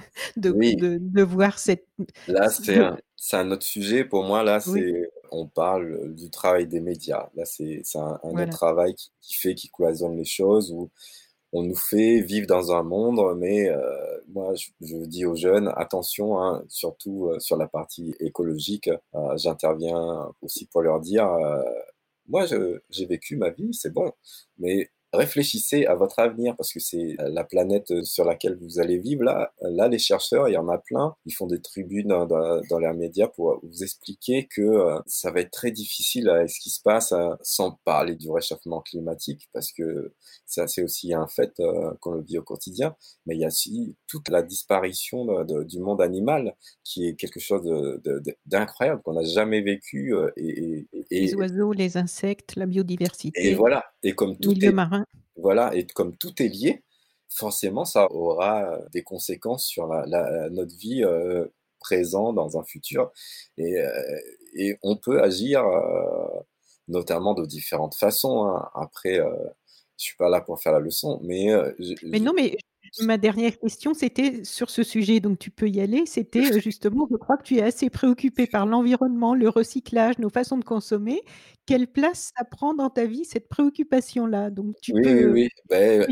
de Oui. de de voir cette Là, c c'est de un c'est un autre sujet pour moi, là, Oui. c'est on parle du travail des médias. Là, c'est c'est un un autre Voilà. travail qui qui fait qui cloisonne les choses, où on nous fait vivre dans un monde, mais heu, moi, je je dis aux jeunes: «Attention, hein», surtout, heu, sur la partie écologique, heu, j'interviens aussi pour leur dire, heu: «Moi, je j'ai vécu ma vie, c'est bon, mais réfléchissez à votre avenir parce que c'est la planète, heu, sur laquelle vous allez vivre là. Là, les chercheurs, il y en a plein, ils font des tribunes dans dans dans leurs médias pour vous expliquer que, heu, ça va être très difficile avec ce qui se passe, heu, sans parler du réchauffement climatique parce que ça, c'est aussi un fait, heu, qu'on le vit au quotidien, mais il y a aussi toute la disparition de de du monde animal qui est quelque chose de de de d'incroyable qu'on n'a jamais vécu, heu et et Les et oiseaux, les insectes, la et biodiversité, voilà et comme tout milieu est marin. voilà et comme tout est lié, forcément ça aura des conséquences sur la la notre vie, heu, présent dans un futur et heu et on peut agir, heu, notamment de différentes façons, hein. Après, heu, je suis pas là pour faire la leçon, mais heu, je Mais je non, mais ma dernière question, c'était sur ce sujet, donc tu peux y aller. C'était, heu, justement, je crois que tu es assez préoccupé par l'environnement, le recyclage, nos façons de consommer. Quelle place ça prend dans ta vie, cette préoccupation-là? Donc tu Oui, oui, peux, heu, oui, beh, tu peux y elle aller.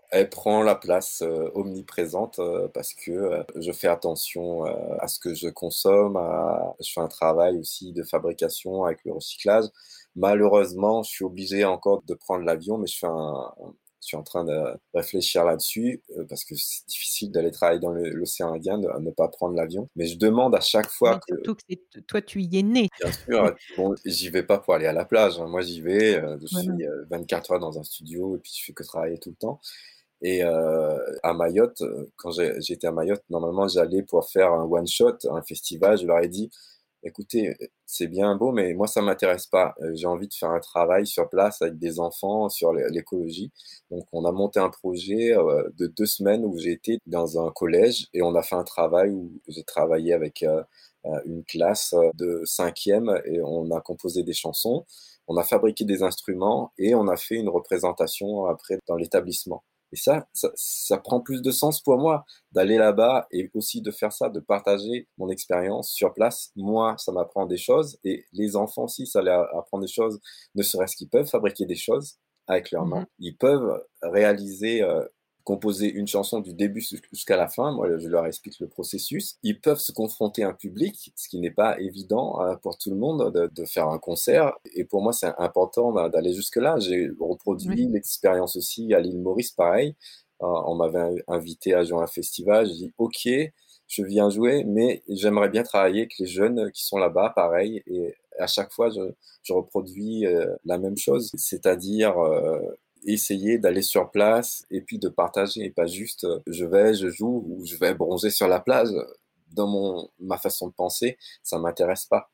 Elle prend la place, heu, omniprésente, heu, parce que, heu, je fais attention, heu, à ce que je consomme, à je fais un travail aussi de fabrication avec le recyclage. Malheureusement, je suis obligé encore de prendre l'avion, mais je fais un je suis en train de réfléchir là-dessus, heu, parce que c'est difficile d'aller travailler dans le l'océan Indien, de ne pas prendre l'avion. Mais je demande à chaque fois Oui, que surtout que c'est toi, tu y es né. bien sûr, et puis bon, j'y vais pas pour aller à la plage, hein. Moi, j'y vais, heu, je Voilà. suis, heu, vingt-quatre heures dans un studio et puis je fais que travailler tout le temps. Et heu, à Mayotte, heu, quand j'ai j'étais à Mayotte, normalement, j'allais pour faire un one shot, un festival. Je leur ai dit: «Écoutez, heu, c'est bien beau, mais moi, ça m'intéresse pas. Heu, j'ai envie de faire un travail sur place avec des enfants sur l'é l'écologie». Donc on a monté un projet, heu, de deux semaines où j'ai été dans un collège et on a fait un travail où j'ai travaillé avec, heu heu, une classe, heu, de cinquième et on a composé des chansons, on a fabriqué des instruments et on a fait une représentation après dans l'établissement. Et ça, ça ça prend plus de sens pour moi d'aller là-bas et aussi de faire ça, de partager mon expérience sur place. Moi, ça m'apprend des choses et les enfants aussi, ça leur apprend des choses, ne serait-ce qu'ils peuvent fabriquer des choses avec leurs Mmh mains. mh. Ils peuvent réaliser, heu, composer une chanson du début jus jusqu'à la fin. Moi, je leur explique le processus. Ils peuvent se confronter à un public, ce qui n'est pas évident, heu, pour tout le monde de de faire un concert et pour moi, c'est important d'a d'aller jusque-là. J'ai Oui. reproduit l'expérience aussi à l'île Maurice, pareil. Heu, on m'avait in invité à jouer à un festival. J'ai dit: «OK, je viens jouer, mais j'aimerais bien travailler avec les jeunes qui sont là-bas», pareil et à chaque fois, je je reproduis, heu, la même chose, c'est-à-dire, heu, essayer d'aller sur place et puis de partager et pas juste, heu, je vais, je joue ou je vais bronzer sur la plage. Dans mon ma façon de penser, ça m'intéresse pas.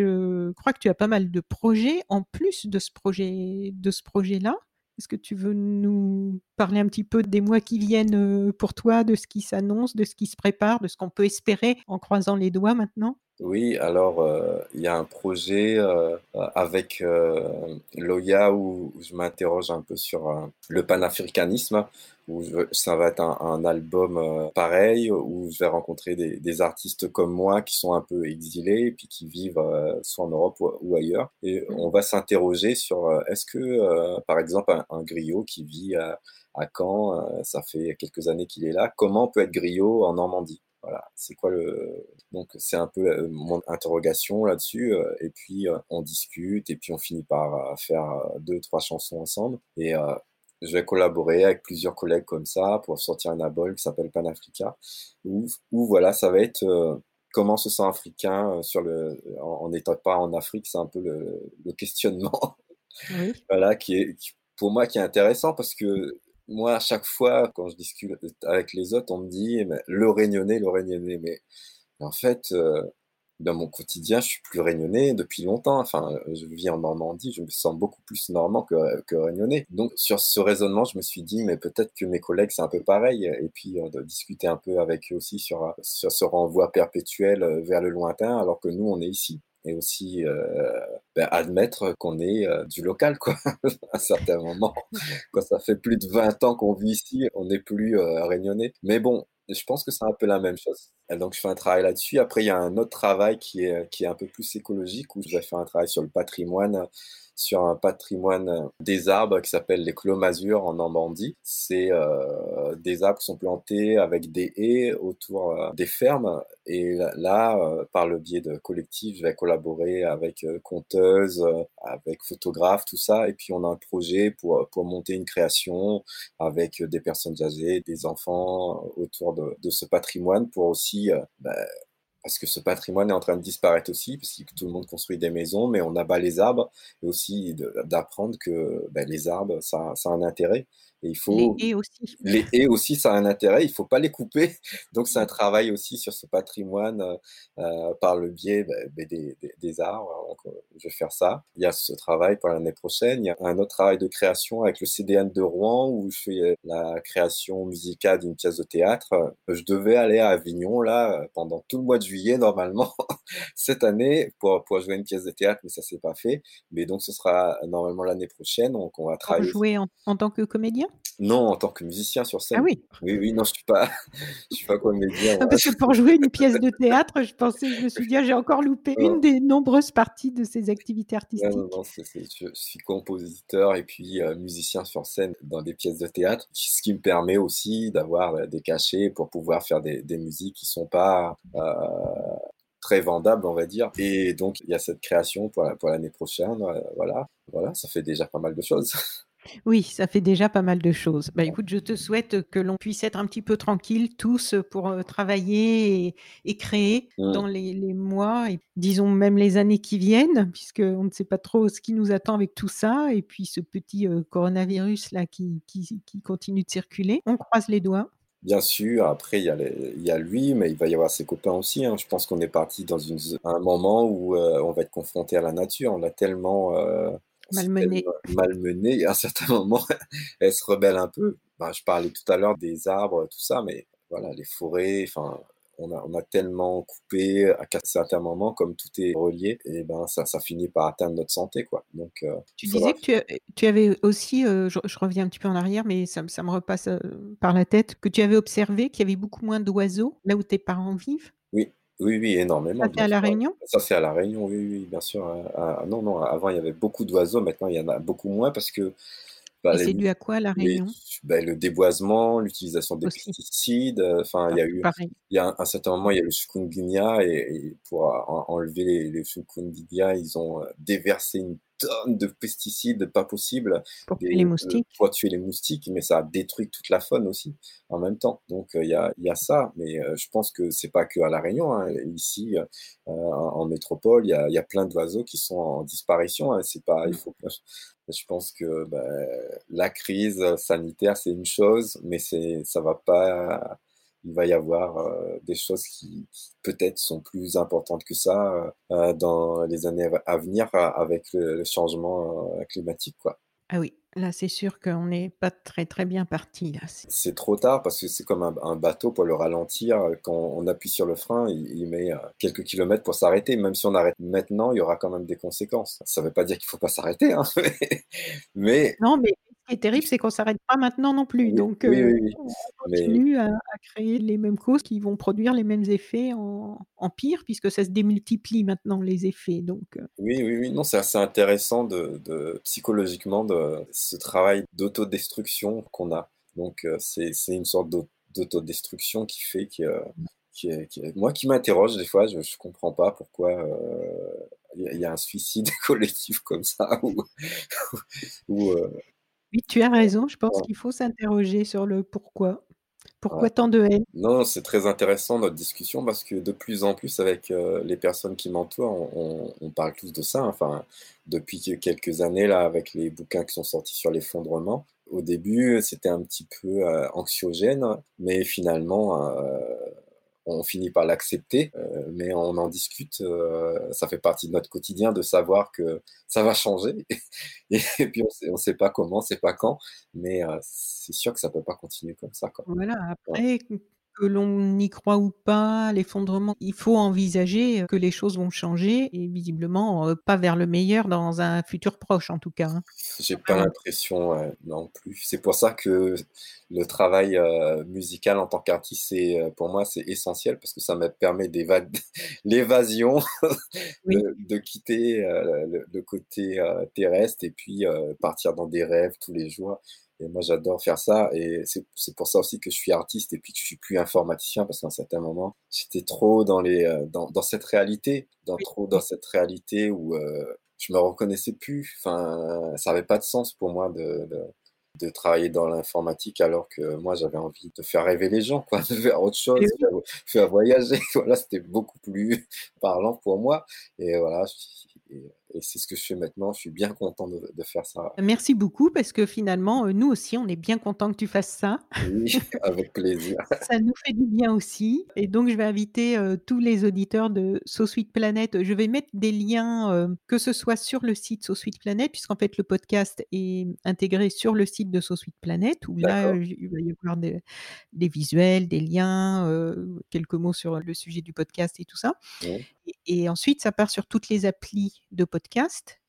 Je crois que tu as pas mal de projets en plus de ce projet de ce projet-là. Est-ce que tu veux nous parler un petit peu des mois qui viennent, heu, pour toi, de ce qui s'annonce, de ce qui se prépare, de ce qu'on peut espérer en croisant les doigts maintenant? Oui, alors, heu, il y a un projet, heu, avec, heu, Loya où où je m'interroge un peu sur, heu, le panafricanisme, où je ça va être un un album, heu, pareil, où je vais rencontrer des des artistes comme moi qui sont un peu exilés et puis qui vivent, heu, soit en Europe ou ou ailleurs et Mmh. on va s'interroger sur, heu, est-ce que, heu, par exemple, un un griot qui vit à à Caen, heu, ça fait quelques années qu'il est là, comment on peut être griot en Normandie? Voilà, c'est quoi le donc c'est un peu, heu, mon interrogation là-dessus, heu et puis, heu, on discute et puis on finit par, heu, faire, heu, deux trois chansons ensemble et heu, je vais collaborer avec plusieurs collègues comme ça pour sortir un album qui s'appelle Panafrica où où voilà, ça va être, heu, comment se sent africain, heu, sur le en en n'étant pas en Afrique, c'est un peu le le questionnement. Oui. Voilà, qui est qui pour moi, qui est intéressant parce que moi, à chaque fois, quand je discute avec les autres, on me dit: «Mais le Réunionnais, le Réunionnais», mais en fait, heu, dans mon quotidien, je suis plus Réunionnais depuis longtemps. Enfin, heu, je vis en Normandie, je me sens beaucoup plus normand que que Réunionnais. Donc sur ce raisonnement, je me suis dit: «Mais peut-être que mes collègues, c'est un peu pareil» et puis, heu, de discuter un peu avec eux aussi sur, heu, sur ce renvoi perpétuel, heu, vers le lointain alors que nous, on est ici et aussi, heu, bah, admettre qu'on est, heu, du local, quoi, à un certain moment. Quand ça fait plus de vingt ans qu'on vit ici, on n'est plus, heu, Réunionnais. Mais bon, je pense que c'est un peu la même chose. Et donc je fais un travail là-dessus. Après, il y a un autre travail qui est, qui est un peu plus écologique, où je vais faire un travail sur le patrimoine, sur un patrimoine euh, des arbres qui s'appelle les clos masures en Normandie. C'est euh, des arbres qui sont plantés avec des haies autour euh, des fermes. Et là, là, euh, par le biais de collectifs, je vais collaborer avec euh, conteuses, euh, avec photographes, tout ça. Et puis on a un projet pour, pour monter une création avec des personnes âgées, des enfants euh, autour de, de ce patrimoine pour aussi, euh, bah, parce que ce patrimoine est en train de disparaître aussi, parce que tout le monde construit des maisons, mais on abat les arbres, et aussi de- d'apprendre que bah, les arbres, ça, ça a un intérêt. Et il Les faut haies aussi. les haies aussi, ça a un intérêt, il faut pas les couper. Donc c'est un travail aussi sur ce patrimoine, heu heu, par le biais, bah, beh, des des des arbres, donc heu, je vais faire ça. Il y a ce travail pour l'année prochaine. Il y a un autre travail de création avec le C D N de Rouen où je fais, heu, la création musicale d'une pièce de théâtre. Heu, je devais aller à Avignon là, heu, pendant tout le mois de juillet normalement cette année pour pour jouer une pièce de théâtre, mais ça s'est pas fait. Mais donc ce sera normalement l'année prochaine, donc on va Pour travailler jouer en en tant que comédien? Non, en tant que musicien sur Ah scène. oui. Oui, oui, non, je suis pas je suis pas comédien, Ah moi. parce que pour jouer une pièce de théâtre, je pensais je me suis dit: «Ah j'ai encore loupé une Non, des nombreuses parties de ces activités non, non, artistiques». non, c'est c'est je suis compositeur et puis, heu, musicien sur scène dans des pièces de théâtre, ce qui me permet aussi d'avoir, heu, des cachets pour pouvoir faire des des musiques qui sont pas, heu, très vendables, on va dire, et donc il y a cette création pour la pour l'année prochaine, heu, voilà. Voilà, ça fait déjà pas mal de choses. Oui, ça fait déjà pas mal de choses. Bah, écoute, je te souhaite que l'on puisse être un petit peu tranquilles tous, pour, heu, travailler et et créer Mmh. dans les les mois et disons même les années qui viennent, puisqu'on ne sait pas trop ce qui nous attend avec tout ça et puis ce petit, heu, coronavirus là qui qui qui continue de circuler. On croise les doigts. Bien sûr, après il y a les il y a lui, mais il va y avoir ses copains aussi, hein. Je pense qu'on est parti dans une z un moment où, heu, on va être confronté à la nature. On l'a tellement, heu, on s'est Malmenés. tellement malmenés, à un certain moment, elle se rebelle un peu. Ben, je parlais tout à l'heure des arbres, tout ça, mais voilà, les forêts, enfin, on a on a tellement coupé à qu'à certains moments, comme tout est relié, et ben, ça ça finit par atteindre notre santé, quoi. Donc, heu, Tu il disais faudra que tu a tu avais aussi, heu, je je reviens un petit peu en arrière, mais ça me ça me repasse, heu, par la tête, que tu avais observé qu'il y avait beaucoup moins d'oiseaux là où tes parents vivent? oui, oui, oui, Ça, énormément, c'est bien à La sûr. Réunion? Ça, c'est à La Réunion, oui, oui, bien sûr. Heu, ah non, non, avant, il y avait beaucoup d'oiseaux, maintenant, il y en a beaucoup moins parce que, bah, Et les c'est dû à quoi à La les Réunion? bah, le déboisement, l'utilisation des Aussi, pesticides, heu, enfin, il y a partout eu pareil, il y a un un certain moment, il y a eu le chikungunya, et et pour en enlever les le chikungunya, ils ont, heu, déversé une tonne de pesticides pas possible, pour tuer les des heu, moustiques. pour tuer les moustiques, mais ça a détruit toute la faune aussi, en même temps. Donc, heu, il y a il y a ça, mais, heu, je pense que c'est pas qu'à La Réunion, hein. Ici, heu, en en métropole, il y a il y a plein d'oiseaux qui sont en disparition, hein. C'est pas il Mmh. faut pas je pense que, bah, la crise sanitaire, c'est une chose, mais c'est ça va pas il va y avoir, heu, des choses qui qui peut-être sont plus importantes que ça, heu, dans les années à à venir, a avec le le changement, heu, climatique, quoi. Ah oui, là, c'est sûr qu'on n'est pas très, très bien parti là, c'est C'est trop tard parce que c'est comme un un bateau, pour le ralentir, heu, quand on appuie sur le frein, il il met, heu, quelques kilomètres pour s'arrêter. Même si on arrête maintenant, il y aura quand même des conséquences. Ça veut pas dire qu'il faut pas s'arrêter, hein, mais non, mais ce qui est il terrible, c'est qu'on s'arrête pas maintenant non plus, oui, donc oui, heu, oui, oui, on mais continue à à créer les mêmes causes qui vont produire les mêmes effets en en pire puisque ça se démultiplie maintenant les effets, donc heu, oui, oui, oui, non, c'est assez intéressant de de psychologiquement, de ce travail d'autodestruction qu'on a. Donc, heu, c'est c'est une sorte d'au d'autodestruction qui fait que, heu, qui est qui est moi qui m'interroge des fois, je je comprends pas pourquoi, heu, il y a il y a un suicide collectif comme ça, ou ou, heu, oui, tu as raison, je pense qu'il faut s'interroger sur le pourquoi. ouais. Pourquoi tant de haine? Non, c'est très intéressant notre discussion parce que de plus en plus avec, heu, les personnes qui m'entourent, on on on parle tous de ça, hein. Enfin, depuis que quelques années là, avec les bouquins qui sont sortis sur l'effondrement. Au début, c'était un petit peu, heu, anxiogène, mais finalement, heu, on finit par l'accepter, heu, mais on en discute, heu, ça fait partie de notre quotidien de savoir que ça va changer et puis on sait on sait pas comment, on sait pas quand, mais, heu, c'est sûr que ça peut pas continuer comme ça, quoi. Voilà, Ouais. après que que l'on y croit ou pas, l'effondrement, il faut envisager, heu, que les choses vont changer et visiblement, heu, pas vers le meilleur dans un futur proche en tout cas, hein. J'ai Enfin pas bon, l'impression, ouais, non plus. C'est pour ça que le travail, heu, musical en tant qu'artiste, c'est, heu, pour moi, c'est essentiel parce que ça me permet d'évad l'évasion, oui, de de quitter, heu, le le côté, heu, terrestre, et puis, heu, partir dans des rêves tous les jours, et moi, j'adore faire ça, et c'est c'est pour ça aussi que je suis artiste et puis que je suis plus informaticien parce qu'à un certain moment, j'étais trop dans les, heu, dans dans cette réalité, dans oui, trop dans oui. cette réalité où, heu je me reconnaissais plus, enfin, ça avait pas de sens pour moi de de de travailler dans l'informatique alors que moi j'avais envie de faire rêver les gens, quoi, de faire autre Et chose, oui. faire faire voyager, voilà, c'était beaucoup plus parlant pour moi, et voilà, et et c'est ce que je fais maintenant, je suis bien content de de faire ça. Merci beaucoup parce que finalement, heu, nous aussi on est bien contents que tu fasses ça. Oui, avec plaisir. Ça nous fait du bien aussi et donc je vais inviter, heu, tous les auditeurs de Sauce Sweet Planet. Je vais mettre des liens, heu, que ce soit sur le site Sauce Sweet Planet puisqu'en fait le podcast est intégré sur le site de Sauce Sweet Planet où là, D'accord. heu, il va y avoir des des visuels, des liens, heu, quelques mots sur le sujet du podcast et tout ça Mmh. et et ensuite ça part sur toutes les applis de podcast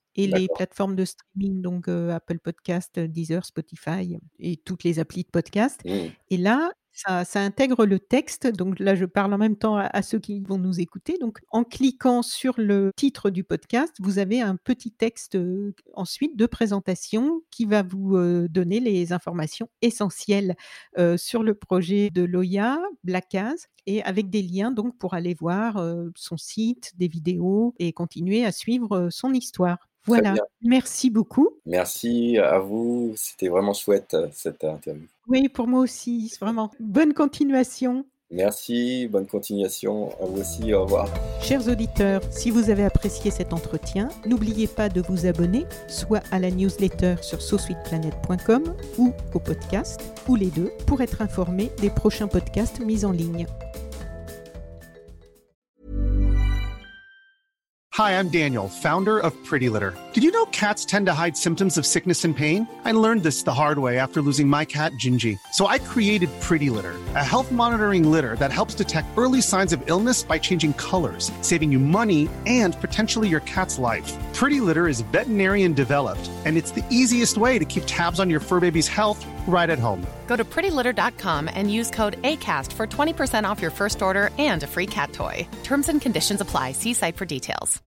et les D'accord. plateformes de streaming, donc heu, Apple Podcast, Deezer, Spotify et toutes les applis de podcast Mmh. et là, ça ça intègre le texte, donc là, je parle en même temps à à ceux qui vont nous écouter, donc en cliquant sur le titre du podcast, vous avez un petit texte, heu, ensuite de présentation qui va vous, heu, donner les informations essentielles, heu, sur le projet de Loya Blackaz et avec des liens donc pour aller voir, heu, son site, des vidéos et continuer à suivre, heu, son histoire. Très Voilà, bien. merci beaucoup. Merci à vous, c'était vraiment chouette, heu, cette interview. Oui, pour moi aussi, s vraiment. Bonne continuation. Merci, bonne continuation à vous aussi, au revoir. Chers auditeurs, si vous avez apprécié cet entretien, n'oubliez pas de vous abonner soit à la newsletter sur so sweet planet point com ou au podcast, ou les deux, pour être informé des prochains podcasts mis en ligne. Hi, I'm Daniel, founder of Pretty Litter. Did you know cats tend to hide symptoms of sickness and pain? I learned this the hard way after losing my cat, Gingy. So I created Pretty Litter, a health monitoring litter that helps detect early signs of illness by changing colors, saving you money and potentially your cat's life. Pretty Litter is veterinarian developed, and it's the easiest way to keep tabs on your fur baby's health right at home. Go to pretty litter dot com and use code ACAST for twenty percent off your first order and a free cat toy. Terms and conditions apply. See site for details.